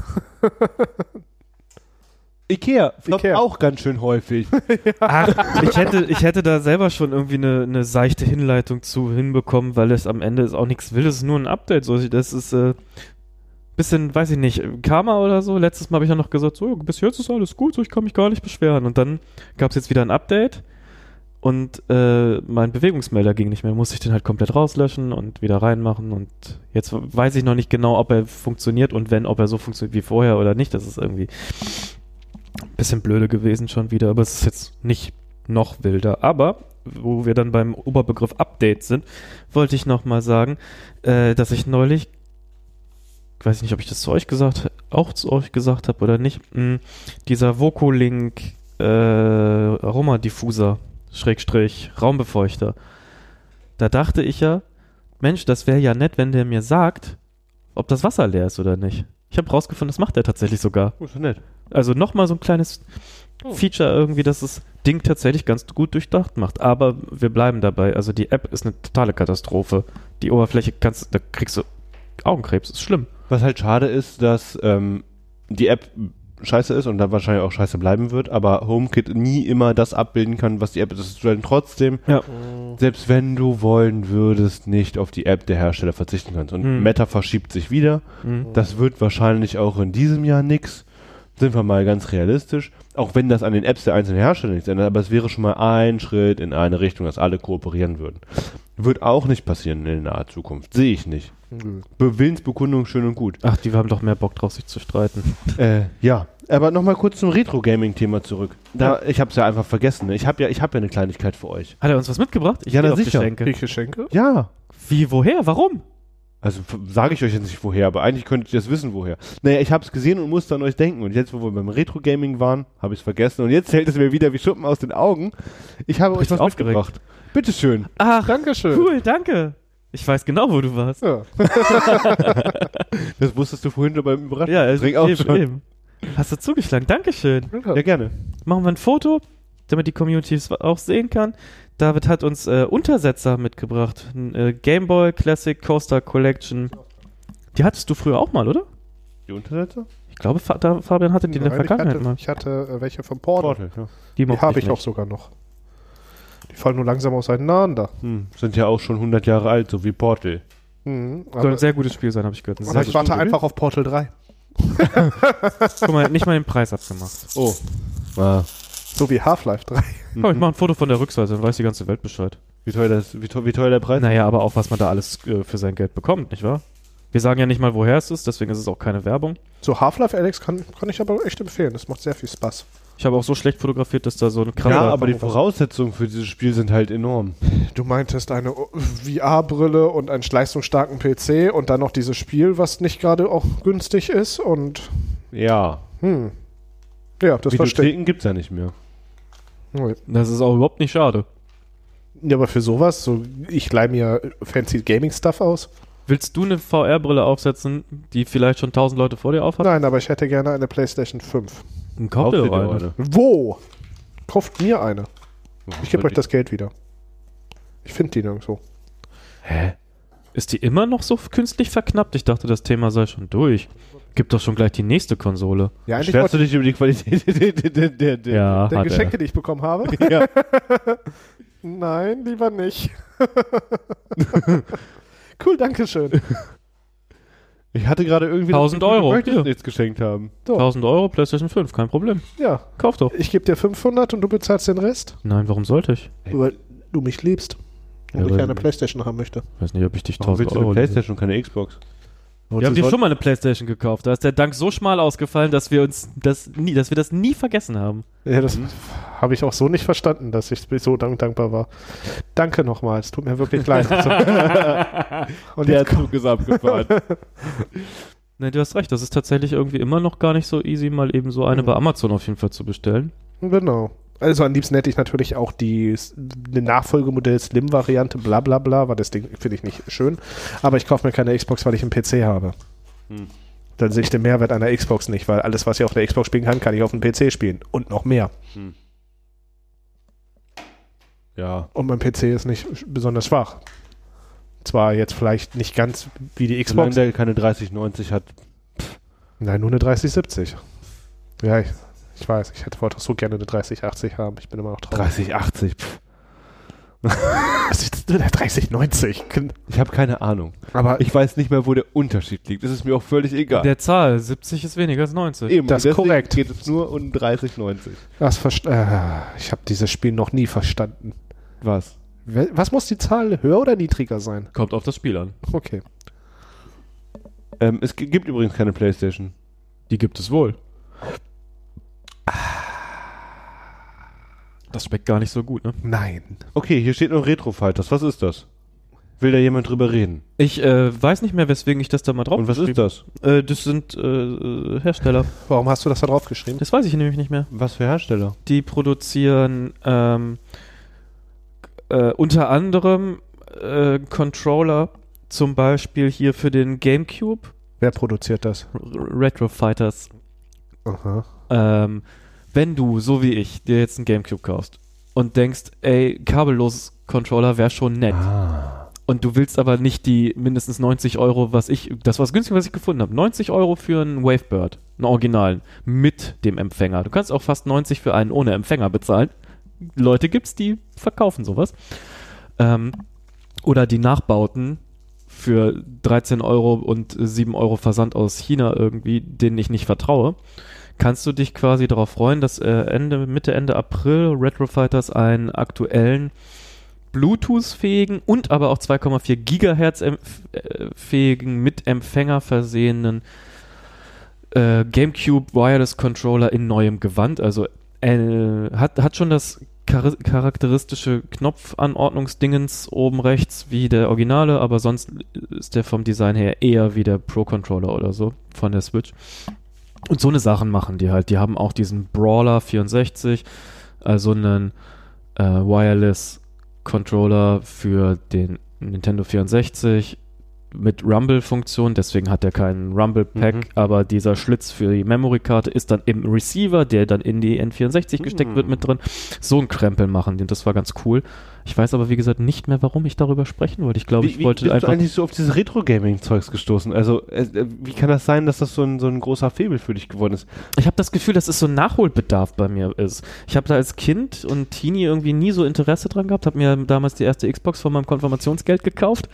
S3: Ikea floppt
S2: Ikea.
S3: auch ganz schön häufig.
S1: ach, ich hätte, ich hätte da selber schon irgendwie eine, eine seichte Hinleitung zu hinbekommen, weil es am Ende ist auch nichts will, es ist nur ein Update. So, das ist äh, bisschen, weiß ich nicht, Karma oder so. Letztes Mal habe ich ja noch gesagt, so, bis jetzt ist alles gut, so, ich kann mich gar nicht beschweren. Und dann gab es jetzt wieder ein Update und äh, mein Bewegungsmelder ging nicht mehr. Musste ich den halt komplett rauslöschen und wieder reinmachen. Und jetzt weiß ich noch nicht genau, ob er funktioniert und wenn, ob er so funktioniert wie vorher oder nicht. Das ist irgendwie ein bisschen blöde gewesen schon wieder, aber es ist jetzt nicht noch wilder. Aber, wo wir dann beim Oberbegriff Update sind, wollte ich noch mal sagen, äh, dass ich neulich, ich weiß nicht, ob ich das zu euch gesagt, auch zu euch gesagt habe oder nicht, mh, dieser Vocolink äh, Aromadiffuser, Schrägstrich, Raumbefeuchter. Da dachte ich ja, Mensch, das wäre ja nett, wenn der mir sagt, ob das Wasser leer ist oder nicht. Ich habe rausgefunden, das macht er tatsächlich sogar.
S3: Oh, ist nett.
S1: Also nochmal so ein kleines Feature irgendwie, dass das Ding tatsächlich ganz gut durchdacht macht. Aber wir bleiben dabei. Also die App ist eine totale Katastrophe. Die Oberfläche kannst, da kriegst du Augenkrebs. Ist schlimm.
S3: Was halt schade ist, dass ähm, die App scheiße ist und da wahrscheinlich auch scheiße bleiben wird, aber HomeKit nie immer das abbilden kann, was die App ist. Das ist trotzdem,
S1: Ja.
S3: selbst wenn du wollen würdest, nicht auf die App der Hersteller verzichten kannst. Und
S1: Hm.
S3: Meta verschiebt sich wieder.
S1: Mhm.
S3: Das wird wahrscheinlich auch in diesem Jahr nix. Sind wir mal ganz realistisch. Auch wenn das an den Apps der einzelnen Hersteller nichts ändert, aber es wäre schon mal ein Schritt in eine Richtung, dass alle kooperieren würden. Wird auch nicht passieren in naher Zukunft. Sehe ich nicht.
S2: Nö.
S3: Be- Willensbekundung schön und gut.
S1: Ach, die haben doch mehr Bock drauf, sich zu streiten.
S3: Äh, ja. Aber nochmal kurz zum Retro-Gaming-Thema zurück. Da, ich habe es ja einfach vergessen. Ne? Ich habe ja, ich hab ja eine Kleinigkeit für euch.
S1: Hat er uns was mitgebracht? Ich
S3: Ja,
S1: geh
S3: na
S1: auf
S3: sicher.
S1: Geschenke.
S2: Krieg ich Geschenke?
S3: Ja.
S1: Wie, woher, warum?
S3: Also sage ich euch jetzt nicht woher, aber eigentlich könntet ihr das wissen, woher. Naja, ich habe es gesehen und musste an euch denken. Und jetzt, wo wir beim Retro-Gaming waren, habe ich es vergessen. Und jetzt hält es mir wieder wie Schuppen aus den Augen. Ich habe euch
S1: Richtig
S3: was
S1: aufgeregt.
S3: mitgebracht. Bitteschön.
S1: Ach,
S2: Dankeschön.
S1: cool, danke. Ich weiß genau, wo du warst.
S2: Ja.
S3: Das wusstest du vorhin schon beim Überraschung.
S1: Ja,
S3: Trink auch
S1: eben,
S3: schon.
S1: eben. Hast du zugeschlagen. Dankeschön.
S3: Ja, gerne.
S1: Machen wir ein Foto, damit die Community es auch sehen kann. David hat uns äh, Untersetzer mitgebracht. Ein äh, Game Boy Classic Coaster Collection. Die hattest du früher auch mal, oder?
S3: Die Untersetzer?
S1: Ich glaube, Fa da, Fabian hatte die in der
S2: Nein, ich
S1: Vergangenheit
S2: hatte,
S1: mal.
S2: ich hatte äh, welche vom Portal.
S3: Portal, ja.
S2: Die
S1: mochte
S2: habe ich
S1: nicht.
S2: auch sogar noch. Die fallen nur langsam auseinander.
S3: Hm, sind ja auch schon hundert Jahre alt, so wie Portal.
S2: Mhm,
S1: Soll
S2: aber
S1: ein sehr gutes Spiel sein, habe ich gehört. Ein
S2: aber
S1: sehr
S2: ich
S1: gutes
S2: warte
S1: Spiel.
S2: einfach auf Portal drei.
S1: Guck mal, nicht mal den Preis abgemacht.
S3: Oh. Ah.
S2: So wie Half-Life drei.
S1: Komm, ich mache ein Foto von der Rückseite, dann weiß die ganze Welt Bescheid.
S3: Wie teuer, das, wie, teuer, wie teuer der Preis?
S1: Naja, aber auch was man da alles äh, für sein Geld bekommt, nicht wahr? Wir sagen ja nicht mal, woher es ist, deswegen ist es auch keine Werbung.
S2: So Half-Life Alex kann, kann ich aber echt empfehlen. Das macht sehr viel Spaß.
S1: Ich habe auch so schlecht fotografiert, dass da so ein krasser...
S3: Ja, aber die Voraussetzungen für dieses Spiel sind halt enorm.
S2: Du meintest eine V R-Brille und einen leistungsstarken P C und dann noch dieses Spiel, was nicht gerade auch günstig ist und
S3: Ja.
S2: hm. Ja, das verstehe
S3: Videotheken gibt's ja nicht mehr.
S2: ich.
S1: Das ist auch überhaupt nicht schade.
S2: Ja, aber für sowas, so ich leih mir fancy Gaming-Stuff aus.
S1: Willst du eine V R-Brille aufsetzen, die vielleicht schon tausend Leute vor dir aufhat?
S2: Nein, aber ich hätte gerne eine PlayStation fünf.
S1: Ein
S3: Kauft ihr dir
S1: Kopfhörer.
S3: eine?
S2: Wo? Kauft mir eine. Ich gebe
S3: Wollt
S2: euch das Geld wieder. Ich finde die nirgendwo.
S3: Hä?
S1: Ist die immer noch so künstlich verknappt? Ich dachte, das Thema sei schon durch. Gibt doch schon gleich die nächste Konsole.
S2: Ja, eigentlich
S3: Beschwerst du
S2: wollte
S3: dich über die Qualität der, der, der, der
S1: Ja,
S2: der
S1: hat
S2: Geschenke, die ich bekommen habe.
S3: ja.
S2: Nein, lieber nicht. Cool, danke schön.
S3: Ich hatte gerade irgendwie...
S1: tausend
S3: das Gefühl,
S1: Euro,
S3: Du möchtest
S1: ja.
S3: nichts geschenkt haben.
S2: So.
S1: tausend Euro, PlayStation fünf, kein Problem.
S2: Ja,
S1: Kauf doch.
S2: ich gebe dir fünfhundert und du bezahlst den Rest,
S1: Nein, warum sollte ich?
S2: weil du mich liebst. Und
S1: Ja,
S2: ich
S1: weil-
S2: eine Playstation haben möchte.
S1: Ich weiß nicht, ob ich dich
S3: Warum
S1: tausend
S3: willst du eine
S1: Euro...
S3: Playstation und keine Xbox?
S1: Wir haben dir schon mal eine Playstation gekauft. Da ist der Dank so schmal ausgefallen, dass wir uns das nie, dass wir das nie vergessen haben.
S2: Ja, das
S3: Mhm.
S2: habe ich auch so nicht verstanden, dass ich so dank dankbar war. Danke nochmal, es tut mir wirklich leid. Und
S3: Der
S2: jetzt kommt,
S3: Zug ist abgefahren.
S1: Ne, du hast recht, das ist tatsächlich irgendwie immer noch gar nicht so easy, mal eben so eine
S2: Mhm.
S1: bei Amazon auf jeden Fall zu bestellen.
S2: genau. Also am liebsten hätte ich natürlich auch die eine Nachfolgemodell Slim-Variante, bla bla bla, weil das Ding finde ich nicht schön. Aber ich kaufe mir keine Xbox, weil ich einen P C habe.
S3: Hm.
S2: Dann sehe ich den Mehrwert einer Xbox nicht, weil alles, was ich auf der Xbox spielen kann, kann ich auf dem P C spielen. Und noch mehr.
S3: Hm. Ja.
S2: Und mein P C ist nicht sch- besonders schwach. Zwar jetzt vielleicht nicht ganz wie die
S3: Solange
S2: Xbox.
S3: der keine dreißig neunzig hat.
S2: Nein, nur eine dreißig siebzig. Ja, ich, ich weiß, ich hätte wollte auch so gerne eine dreißig achtzig haben. Ich bin immer noch traurig.
S3: dreißig achtzig. Pff.
S2: Das ist nur der dreißig neunzig.
S3: Ich habe keine Ahnung.
S2: Aber
S3: Ich weiß nicht mehr, wo der Unterschied liegt. Das ist mir auch völlig egal.
S1: Der Zahl, siebzig ist weniger als neunzig.
S3: Eben,
S2: das ist
S3: deswegen
S2: korrekt.
S3: geht es nur um dreißig neunzig.
S2: das verst- äh, ich habe dieses Spiel noch nie verstanden.
S3: Was?
S2: Wel- Was muss die Zahl höher oder niedriger sein?
S1: Kommt auf das Spiel an.
S2: Okay.
S3: Ähm, es g- gibt übrigens keine Playstation.
S1: Die gibt es wohl. Das schmeckt gar nicht so gut, ne?
S2: Nein.
S3: Okay, hier steht noch Retro Fighters. Was ist das? Will da jemand drüber reden?
S1: Ich äh, weiß nicht mehr, weswegen ich das da mal drauf
S3: Und was ist das?
S1: Äh, das sind äh, äh, Hersteller.
S2: Warum hast du das da drauf geschrieben?
S1: Das weiß ich nämlich nicht mehr.
S3: Was für Hersteller?
S1: Die produzieren ähm, äh, unter anderem äh, Controller, zum Beispiel hier für den GameCube,
S2: Wer produziert das?
S1: R- Retro Fighters.
S2: Aha.
S1: Ähm, wenn du, so wie ich, dir jetzt einen GameCube kaufst und denkst, ey, kabelloses Controller wäre schon nett.
S3: Ah.
S1: Und du willst aber nicht die mindestens neunzig Euro, was ich, das war das günstigste, was ich gefunden habe. neunzig Euro für einen Wavebird, einen Originalen, mit dem Empfänger. Du kannst auch fast neunzig für einen ohne Empfänger bezahlen. Leute gibt's, die verkaufen sowas. Ähm, oder die Nachbauten für dreizehn Euro und sieben Euro Versand aus China irgendwie, denen ich nicht vertraue. Kannst du dich quasi darauf freuen, dass äh, Ende, Mitte, Ende April Retro Fighters einen aktuellen Bluetooth-fähigen und aber auch zwei Komma vier Gigahertz empf- äh, fähigen, mit Empfänger versehenen äh, GameCube Wireless Controller in neuem Gewand. Also äh, hat, hat schon das char- charakteristische Knopfanordnungsdingens oben rechts wie der Originale, aber sonst ist der vom Design her eher wie der Pro-Controller oder so von der Switch. Und so eine Sachen machen die halt. Die haben auch diesen Brawler vierundsechzig, also einen äh, Wireless Controller für den Nintendo vierundsechzig mit Rumble-Funktion, deswegen hat er keinen Rumble-Pack,
S3: Mhm.
S1: aber dieser Schlitz für die Memory-Karte ist dann im Receiver, der dann in die N vierundsechzig gesteckt
S3: Mhm.
S1: wird mit drin. So ein Krempel machen die und das war ganz cool. Ich weiß aber, wie gesagt, nicht mehr, warum ich darüber sprechen wollte. Ich glaube, ich
S3: wie,
S1: wollte
S3: wie bist
S1: einfach...
S3: du eigentlich so auf dieses Retro-Gaming-Zeugs gestoßen? Also, äh, wie kann das sein, dass das so ein, so ein großer Faible für dich geworden ist?
S1: Ich habe das Gefühl, dass es so ein Nachholbedarf bei mir ist. Ich habe da als Kind und Teenie irgendwie nie so Interesse dran gehabt, habe mir damals die erste Xbox von meinem Konfirmationsgeld gekauft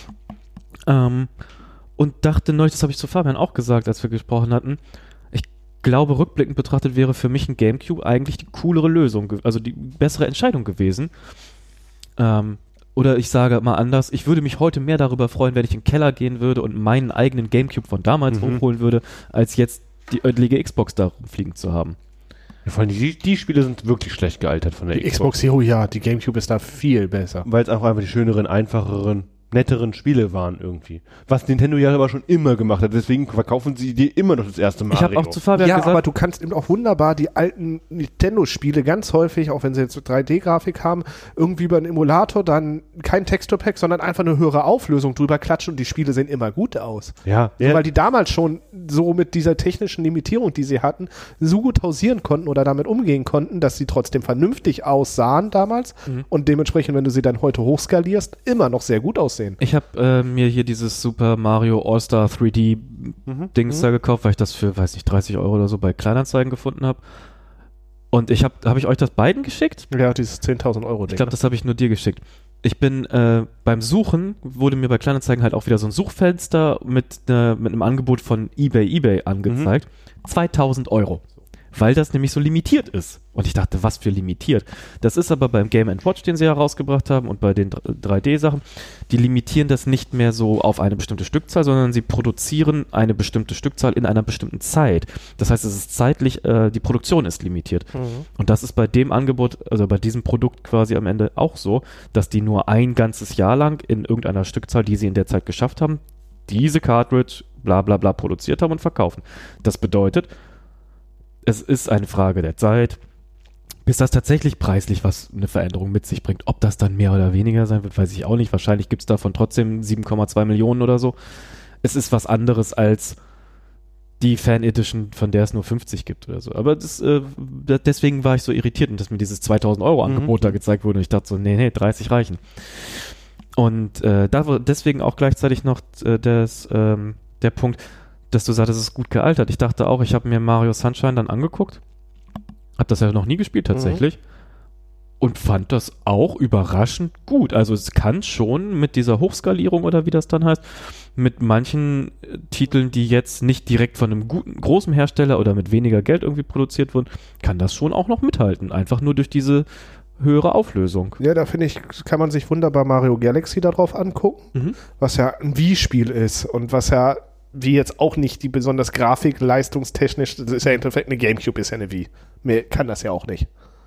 S1: ähm, und dachte neulich, das habe ich zu Fabian auch gesagt, als wir gesprochen hatten, ich glaube, rückblickend betrachtet wäre für mich ein GameCube eigentlich die coolere Lösung, ge- also die bessere Entscheidung gewesen. Ähm, oder ich sage mal anders, ich würde mich heute mehr darüber freuen, wenn ich in den Keller gehen würde und meinen eigenen GameCube von damals
S3: Mhm.
S1: hochholen würde, als jetzt die örtliche Xbox da rumfliegen zu haben.
S3: Ja, vor allem die, die Spiele sind wirklich schlecht gealtert von der
S2: Die Xbox, oh ja, die GameCube ist da viel besser.
S3: Weil es auch einfach die schöneren, einfacheren, netteren Spiele waren irgendwie. Was Nintendo ja aber schon immer gemacht hat. Deswegen verkaufen sie dir immer noch das erste Mario.
S1: Ich habe auch zu Fabian
S2: Ja,
S1: gesagt,
S2: aber du kannst eben auch wunderbar die alten Nintendo-Spiele ganz häufig, auch wenn sie jetzt drei D-Grafik haben, irgendwie über einen Emulator dann kein Texture-Pack, sondern einfach eine höhere Auflösung drüber klatschen und die Spiele sehen immer gut aus.
S3: ja,
S2: So,
S3: ja,
S2: weil die damals schon so mit dieser technischen Limitierung, die sie hatten, so gut hausieren konnten oder damit umgehen konnten, dass sie trotzdem vernünftig aussahen damals
S1: Mhm.
S2: und dementsprechend, wenn du sie dann heute hochskalierst, immer noch sehr gut aussehen.
S1: ich habe äh, mir hier dieses Super Mario All-Star drei D
S3: Mhm.
S1: Dings da gekauft, weil ich das für, weiß nicht, dreißig Euro oder so bei Kleinanzeigen gefunden habe. Und ich habe, habe ich euch das beiden geschickt?
S2: Ja, dieses zehntausend Euro Ding.
S1: Ich glaube, das habe ich nur dir geschickt. Ich bin äh, beim Suchen, wurde mir bei Kleinanzeigen halt auch wieder so ein Suchfenster mit, äh, mit einem Angebot von eBay, eBay angezeigt. Mhm. zweitausend Euro. Weil das nämlich so limitiert ist. Und ich dachte, was für limitiert. Das ist aber beim Game and Watch, den sie herausgebracht haben und bei den drei D-Sachen, die limitieren das nicht mehr so auf eine bestimmte Stückzahl, sondern sie produzieren eine bestimmte Stückzahl in einer bestimmten Zeit. Das heißt, es ist zeitlich, äh, die Produktion ist limitiert. Mhm. Und das ist bei dem Angebot, also bei diesem Produkt quasi am Ende auch so, dass die nur ein ganzes Jahr lang in irgendeiner Stückzahl, die sie in der Zeit geschafft haben, diese Cartridge bla bla bla produziert haben und verkaufen. Das bedeutet, es ist eine Frage der Zeit, bis das tatsächlich preislich was eine Veränderung mit sich bringt. Ob das dann mehr oder weniger sein wird, weiß ich auch nicht. Wahrscheinlich gibt es davon trotzdem sieben Komma zwei Millionen oder so. Es ist was anderes als die Fan-Edition, von der es nur fünfzig gibt oder so. Aber das, äh, deswegen war ich so irritiert, dass mir dieses zweitausend Euro Angebot mhm. da gezeigt wurde. Und ich dachte so, nee, nee, dreißig reichen. Und äh, da war deswegen auch gleichzeitig noch äh, das, ähm, der Punkt, dass du sagst, es ist gut gealtert. Ich dachte auch, ich habe mir Mario Sunshine dann angeguckt, habe das ja noch nie gespielt tatsächlich, mhm. und fand das auch überraschend gut. Also es kann schon mit dieser Hochskalierung oder wie das dann heißt, mit manchen äh, Titeln, die jetzt nicht direkt von einem guten, großen Hersteller oder mit weniger Geld irgendwie produziert wurden, kann das schon auch noch mithalten. Einfach nur durch diese höhere Auflösung.
S2: Ja, da finde ich, kann man sich wunderbar Mario Galaxy darauf angucken, mhm. was ja ein Wii-Spiel ist und was ja wie jetzt auch nicht die besonders Grafik, leistungstechnisch, das ist ja im Endeffekt eine Gamecube, ist ja eine Wii. Mehr kann das ja auch nicht.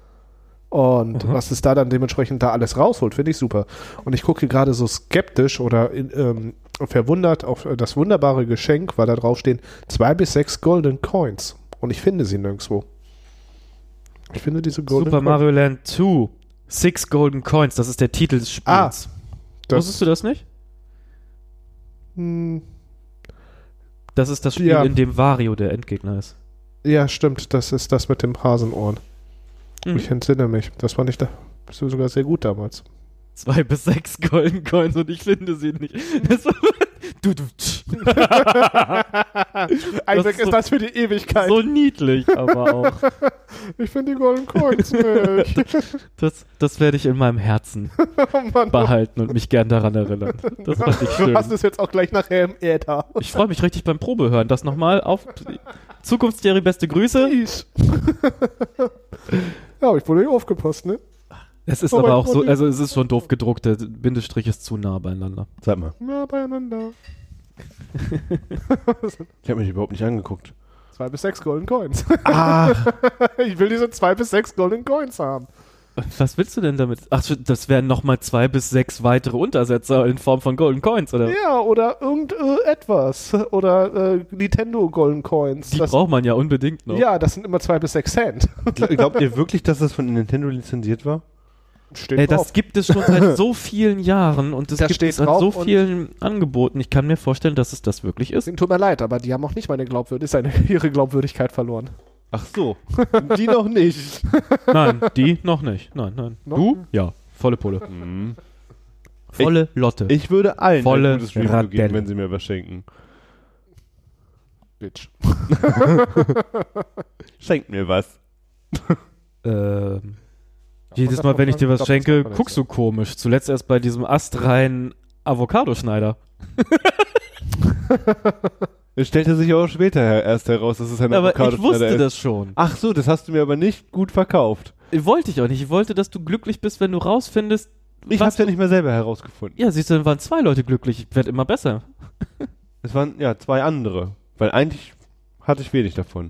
S2: Und mhm. was es da dann dementsprechend da alles rausholt, finde ich super. Und ich gucke gerade so skeptisch oder in, ähm, verwundert auf das wunderbare Geschenk, weil da draufstehen zwei bis sechs Golden Coins. Und ich finde sie nirgendwo. Ich finde diese Golden
S1: Super Coins. Mario Land zwei, Six Golden Coins, das ist der Titel des Spiels.
S2: Ah,
S1: wusstest du das nicht?
S2: Hm.
S1: Das ist das Spiel, ja. in dem Wario der Endgegner ist.
S2: Ja, stimmt. Das ist das mit dem Hasenohren. Mhm. Ich entsinne mich. Das war nicht da. Bist du sogar sehr gut damals.
S1: Zwei bis sechs Golden Coins und ich finde sie nicht. du, du.
S2: Eigentlich ist so, das für die Ewigkeit.
S1: So niedlich, aber auch.
S2: Ich finde die Golden Coins nicht.
S1: Das, das werde ich in meinem Herzen oh Mann, behalten und mich gern daran erinnern. Das fand ich schön.
S2: Du hast es jetzt auch gleich nachher im Äther.
S1: Ich freue mich richtig beim Probehören. Das nochmal auf Zukunftstheorie, beste Grüße.
S2: Ja, hab ich wohl nicht aufgepasst, ne?
S1: Es ist oh, aber auch so, also es ist schon doof gedruckt, der Bindestrich ist zu nah beieinander.
S3: Sag mal.
S2: Nah beieinander.
S3: Ich habe mich überhaupt nicht angeguckt.
S2: Zwei bis sechs Golden Coins.
S3: Ah.
S2: Ich will diese zwei bis sechs Golden Coins haben.
S1: Was willst du denn damit? Ach, das wären nochmal zwei bis sechs weitere Untersetzer in Form von Golden Coins, oder?
S2: Ja, oder irgendetwas. Äh, oder äh, Nintendo Golden Coins.
S1: Die
S2: das,
S1: braucht man ja unbedingt noch.
S2: Ja, das sind immer zwei bis sechs Cent.
S3: Glaubt ihr wirklich, dass das von Nintendo lizenziert war?
S2: Steht
S1: Ey, das gibt es schon seit so vielen Jahren und das,
S2: das
S1: gibt es an so vielen Angeboten. Ich kann mir vorstellen, dass es das wirklich ist.
S2: Tut mir leid, aber die haben auch nicht meine Glaubwürdigkeit, ihre Glaubwürdigkeit verloren.
S3: Ach so, die noch nicht.
S1: Nein, die noch nicht. Nein, nein.
S2: No?
S1: Du? Ja, volle Pulle.
S3: Mhm.
S1: Volle
S3: ich,
S1: Lotte.
S3: Ich würde allen
S1: volle
S3: ein gutes Review geben, wenn sie mir was schenken.
S2: Bitch.
S3: Schenkt mir was.
S1: ähm... Jedes Mal, wenn ich dir was glaub, schenke, guckst du komisch. Zuletzt erst bei diesem astreinen Avocadoschneider.
S3: Es stellte sich auch später erst heraus, dass es ein Avocadoschneider ist.
S1: Aber ich wusste das schon.
S3: Ach so, das hast du mir aber nicht gut verkauft.
S1: Wollte ich auch nicht. Ich wollte, dass du glücklich bist, wenn du rausfindest.
S3: Ich hab's ja nicht mehr selber herausgefunden.
S1: Ja, siehst du, dann waren zwei Leute glücklich. Ich werde immer besser.
S3: Es waren, ja, zwei andere. Weil eigentlich hatte ich wenig davon.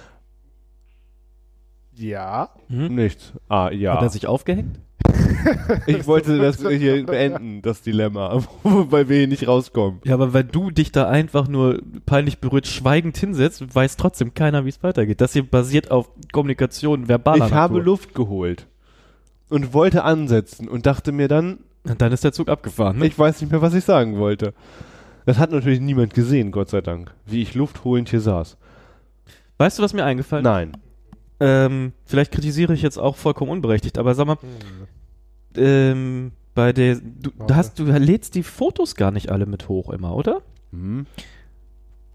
S2: Ja.
S3: Hm? Nichts. Ah, ja.
S1: Hat er sich aufgehängt?
S3: Ich wollte das hier beenden, das Dilemma, weil wir hier nicht rauskommen.
S1: Ja, aber weil du dich da einfach nur peinlich berührt schweigend hinsetzt, weiß trotzdem keiner, wie es weitergeht. Das hier basiert auf Kommunikation verbaler
S3: Ich
S1: Natur.
S3: habe Luft geholt und wollte ansetzen und dachte mir dann...
S1: Und dann ist der Zug abgefahren, ne?
S3: Ich weiß nicht mehr, was ich sagen wollte. Das hat natürlich niemand gesehen, Gott sei Dank, wie ich luftholend hier saß.
S1: Weißt du, was mir eingefallen ist?
S3: Nein.
S1: Ähm, vielleicht kritisiere ich jetzt auch vollkommen unberechtigt, aber sag mal, hm. ähm, bei der, du, du hast, du lädst die Fotos gar nicht alle mit hoch immer, oder?
S3: Hm.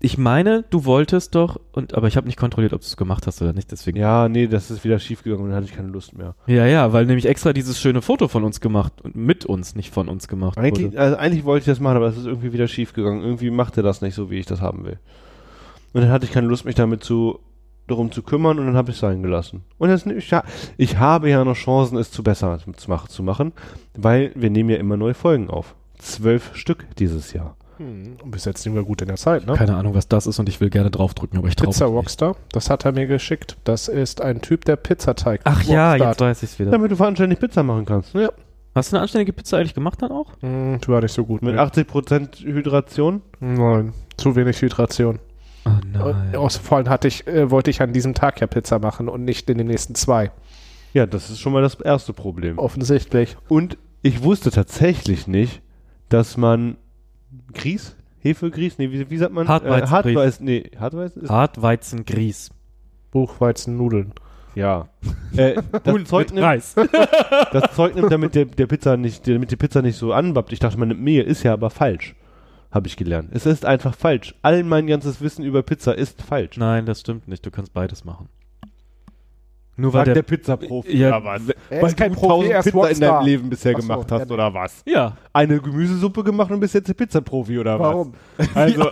S1: ich meine, du wolltest doch, und aber ich habe nicht kontrolliert, ob du es gemacht hast oder nicht, deswegen.
S3: Ja, nee, das ist wieder schief gegangen und dann hatte ich keine Lust mehr.
S1: Ja, ja, weil nämlich extra dieses schöne Foto von uns gemacht und mit uns, nicht von uns gemacht
S3: Eigentlich,
S1: wurde.
S3: also eigentlich wollte ich das machen, aber es ist irgendwie wieder schief gegangen. Irgendwie machte das nicht so, wie ich das haben will. Und dann hatte ich keine Lust, mich damit zu, darum zu kümmern und dann habe ich es sein gelassen. Und jetzt, ich, ich habe ja noch Chancen, es zu besser zu machen, zu machen, weil wir nehmen ja immer neue Folgen auf. Zwölf Stück dieses Jahr.
S2: Hm, und bis jetzt sind wir gut in der Zeit, ne?
S1: Keine Ahnung, was das ist und ich will gerne draufdrücken, aber ich traue
S2: Pizza
S1: mich nicht.
S2: Rockstar, das hat er mir geschickt. Das ist ein Typ, der Pizzateig
S1: Ach ja,
S2: Rockstar.
S1: jetzt weiß ich es wieder.
S3: Damit du anständig Pizza machen kannst.
S2: Ja.
S1: Hast du eine anständige Pizza eigentlich gemacht dann auch?
S2: Hm, die war nicht so gut.
S3: Mit
S2: ne?
S3: achtzig Prozent Hydration.
S2: Nein, zu wenig Hydration.
S1: Oh
S2: Und aus vor allem hatte ich, äh, wollte ich an diesem Tag ja Pizza machen und nicht in den nächsten zwei.
S3: Ja, das ist schon mal das erste Problem.
S2: Offensichtlich.
S3: Und ich wusste tatsächlich nicht, dass man Grieß? Hefegrieß? Nee, wie, wie sagt man?
S1: Hartweizengrieß.
S3: Äh, Hartweizen, nee, Hartweizen ist...
S1: Hartweizengrieß.
S2: Buchweizennudeln.
S3: Ja. äh, das, Zeug nimmt,
S1: Reis.
S3: das Zeug nimmt, damit der, der Pizza nicht, damit die Pizza nicht so anbappt. Ich dachte, man nimmt Mehl, ist ja aber falsch. Habe ich gelernt. Es ist einfach falsch. All mein ganzes Wissen über Pizza ist falsch.
S1: Nein, das stimmt nicht. Du kannst beides machen. Nur
S3: Sagt
S1: weil
S3: der,
S1: der,
S3: Pizzaprofi
S1: Ja,
S3: oder was?
S2: Er
S3: Weil
S2: ist kein
S3: du
S2: Profi,
S3: tausend
S2: er ist
S3: Pizza in
S2: Rockstar.
S3: deinem Leben bisher
S2: Ach so,
S3: gemacht
S2: ja,
S3: hast
S2: nee.
S3: oder was?
S1: ja.
S3: Eine Gemüsesuppe gemacht und bist jetzt ein Pizzaprofi oder
S2: Warum?
S3: was? Also,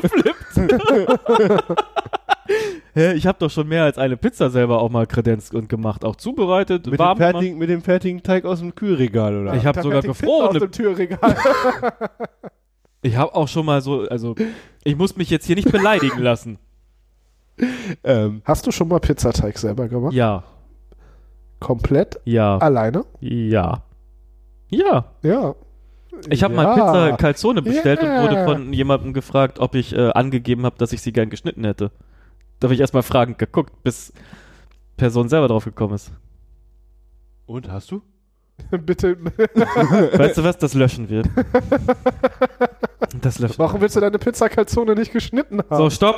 S1: Hä, ich habe doch schon mehr als eine Pizza selber auch mal kredenzt und gemacht, auch zubereitet,
S3: mit, dem
S1: warm gemacht.
S3: fertigen, mit dem fertigen Teig aus dem Kühlregal oder?
S1: Ich habe
S2: Da
S1: sogar
S2: fährt die Pizza
S1: gefrorene.
S2: aus dem Türregal.
S1: Ich habe auch schon mal so, also ich muss mich jetzt hier nicht beleidigen lassen.
S3: ähm,
S2: Hast du schon mal Pizzateig selber gemacht?
S1: Ja,
S2: Komplett?
S1: ja,
S2: Alleine?
S1: ja, ja.
S2: Ja.
S1: Ich habe
S2: ja.
S1: mal Pizza Calzone bestellt
S2: Yeah.
S1: und wurde von jemandem gefragt, ob ich äh, angegeben habe, dass ich sie gern geschnitten hätte. Da habe ich erstmal fragend geguckt, bis Person selber drauf gekommen ist.
S3: und hast du?
S2: Bitte.
S1: Weißt du was? Das löschen wir. Das löschen
S2: Warum willst du deine Pizza Calzone nicht geschnitten
S1: wir.
S2: haben?
S1: So, stopp.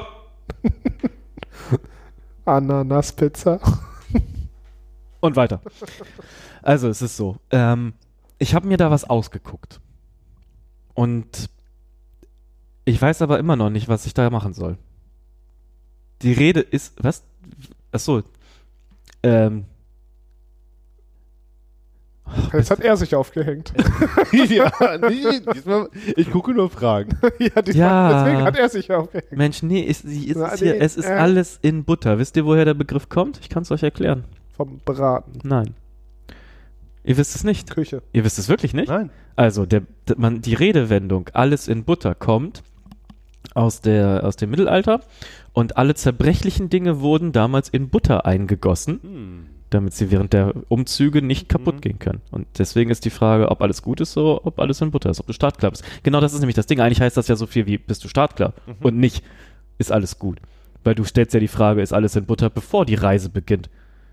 S2: Ananaspizza.
S1: Und weiter. Also, es ist so. Ähm, ich habe mir da was ausgeguckt. Und ich weiß aber immer noch nicht, was ich da machen soll. Die Rede ist. Was? Achso. Ähm.
S2: Jetzt hat er sich aufgehängt.
S3: ja, nee, diesmal, ich gucke nur Fragen.
S2: ja, diesmal,
S1: Ja.
S2: deswegen hat er sich aufgehängt.
S1: Mensch, nee, ist, sie ist
S2: Na,
S1: es hier.
S2: nee,
S1: Es ist
S2: äh.
S1: alles in Butter. Wisst ihr, woher der Begriff kommt? Ich kann es euch erklären.
S2: Vom Braten.
S1: Nein. Ihr wisst es nicht.
S2: Küche.
S1: Ihr wisst es wirklich nicht?
S3: Nein.
S1: Also, der, der, man, die Redewendung alles in Butter kommt aus, der, aus dem Mittelalter und alle zerbrechlichen Dinge wurden damals in Butter eingegossen,
S3: Hm.
S1: damit sie während der Umzüge nicht kaputt
S3: Mhm.
S1: gehen können. Und deswegen ist die Frage, ob alles gut ist oder ob alles in Butter ist, ob du startklar bist. Genau das ist nämlich das Ding. Eigentlich heißt das ja so viel wie, bist du startklar?
S3: Mhm.
S1: Und nicht, ist alles gut. Weil du stellst ja die Frage, ist alles in Butter, bevor die Reise beginnt.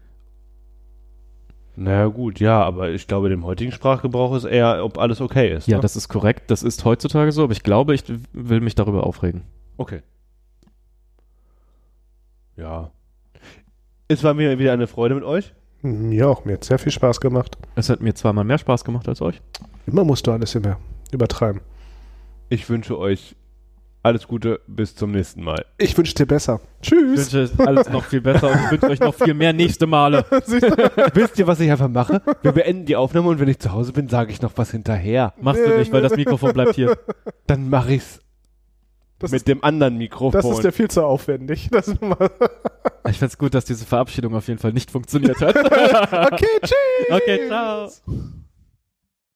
S3: Naja, gut, ja, aber ich glaube, dem heutigen Sprachgebrauch ist eher, ob alles okay ist.
S1: Ja,
S3: ne?
S1: das ist korrekt. Das ist heutzutage so, aber ich glaube, ich will mich darüber aufregen.
S3: Okay. Ja. Es war mir wieder eine Freude mit euch.
S2: Mir auch. Mir hat sehr viel Spaß gemacht.
S1: Es hat mir zweimal mehr Spaß gemacht als euch.
S2: Immer musst du alles immer übertreiben.
S3: Ich wünsche euch alles Gute, bis zum nächsten Mal.
S2: Ich wünsche dir besser.
S1: Ich
S2: Tschüss.
S1: wünsche alles noch viel besser und ich wünsche euch noch viel mehr nächste Male.
S3: Wisst ihr, was ich einfach mache? Wir beenden die Aufnahme und wenn ich zu Hause bin, sage ich noch was hinterher.
S1: Machst du nicht, weil das Mikrofon bleibt hier.
S3: Dann mache ich's
S2: Das
S3: mit
S2: ist,
S3: dem anderen Mikrofon.
S2: das ist ja viel zu aufwendig. Das ist mal
S1: Ich find's gut, dass diese Verabschiedung auf jeden Fall nicht funktioniert hat.
S2: okay, tschüss.
S1: Okay, ciao.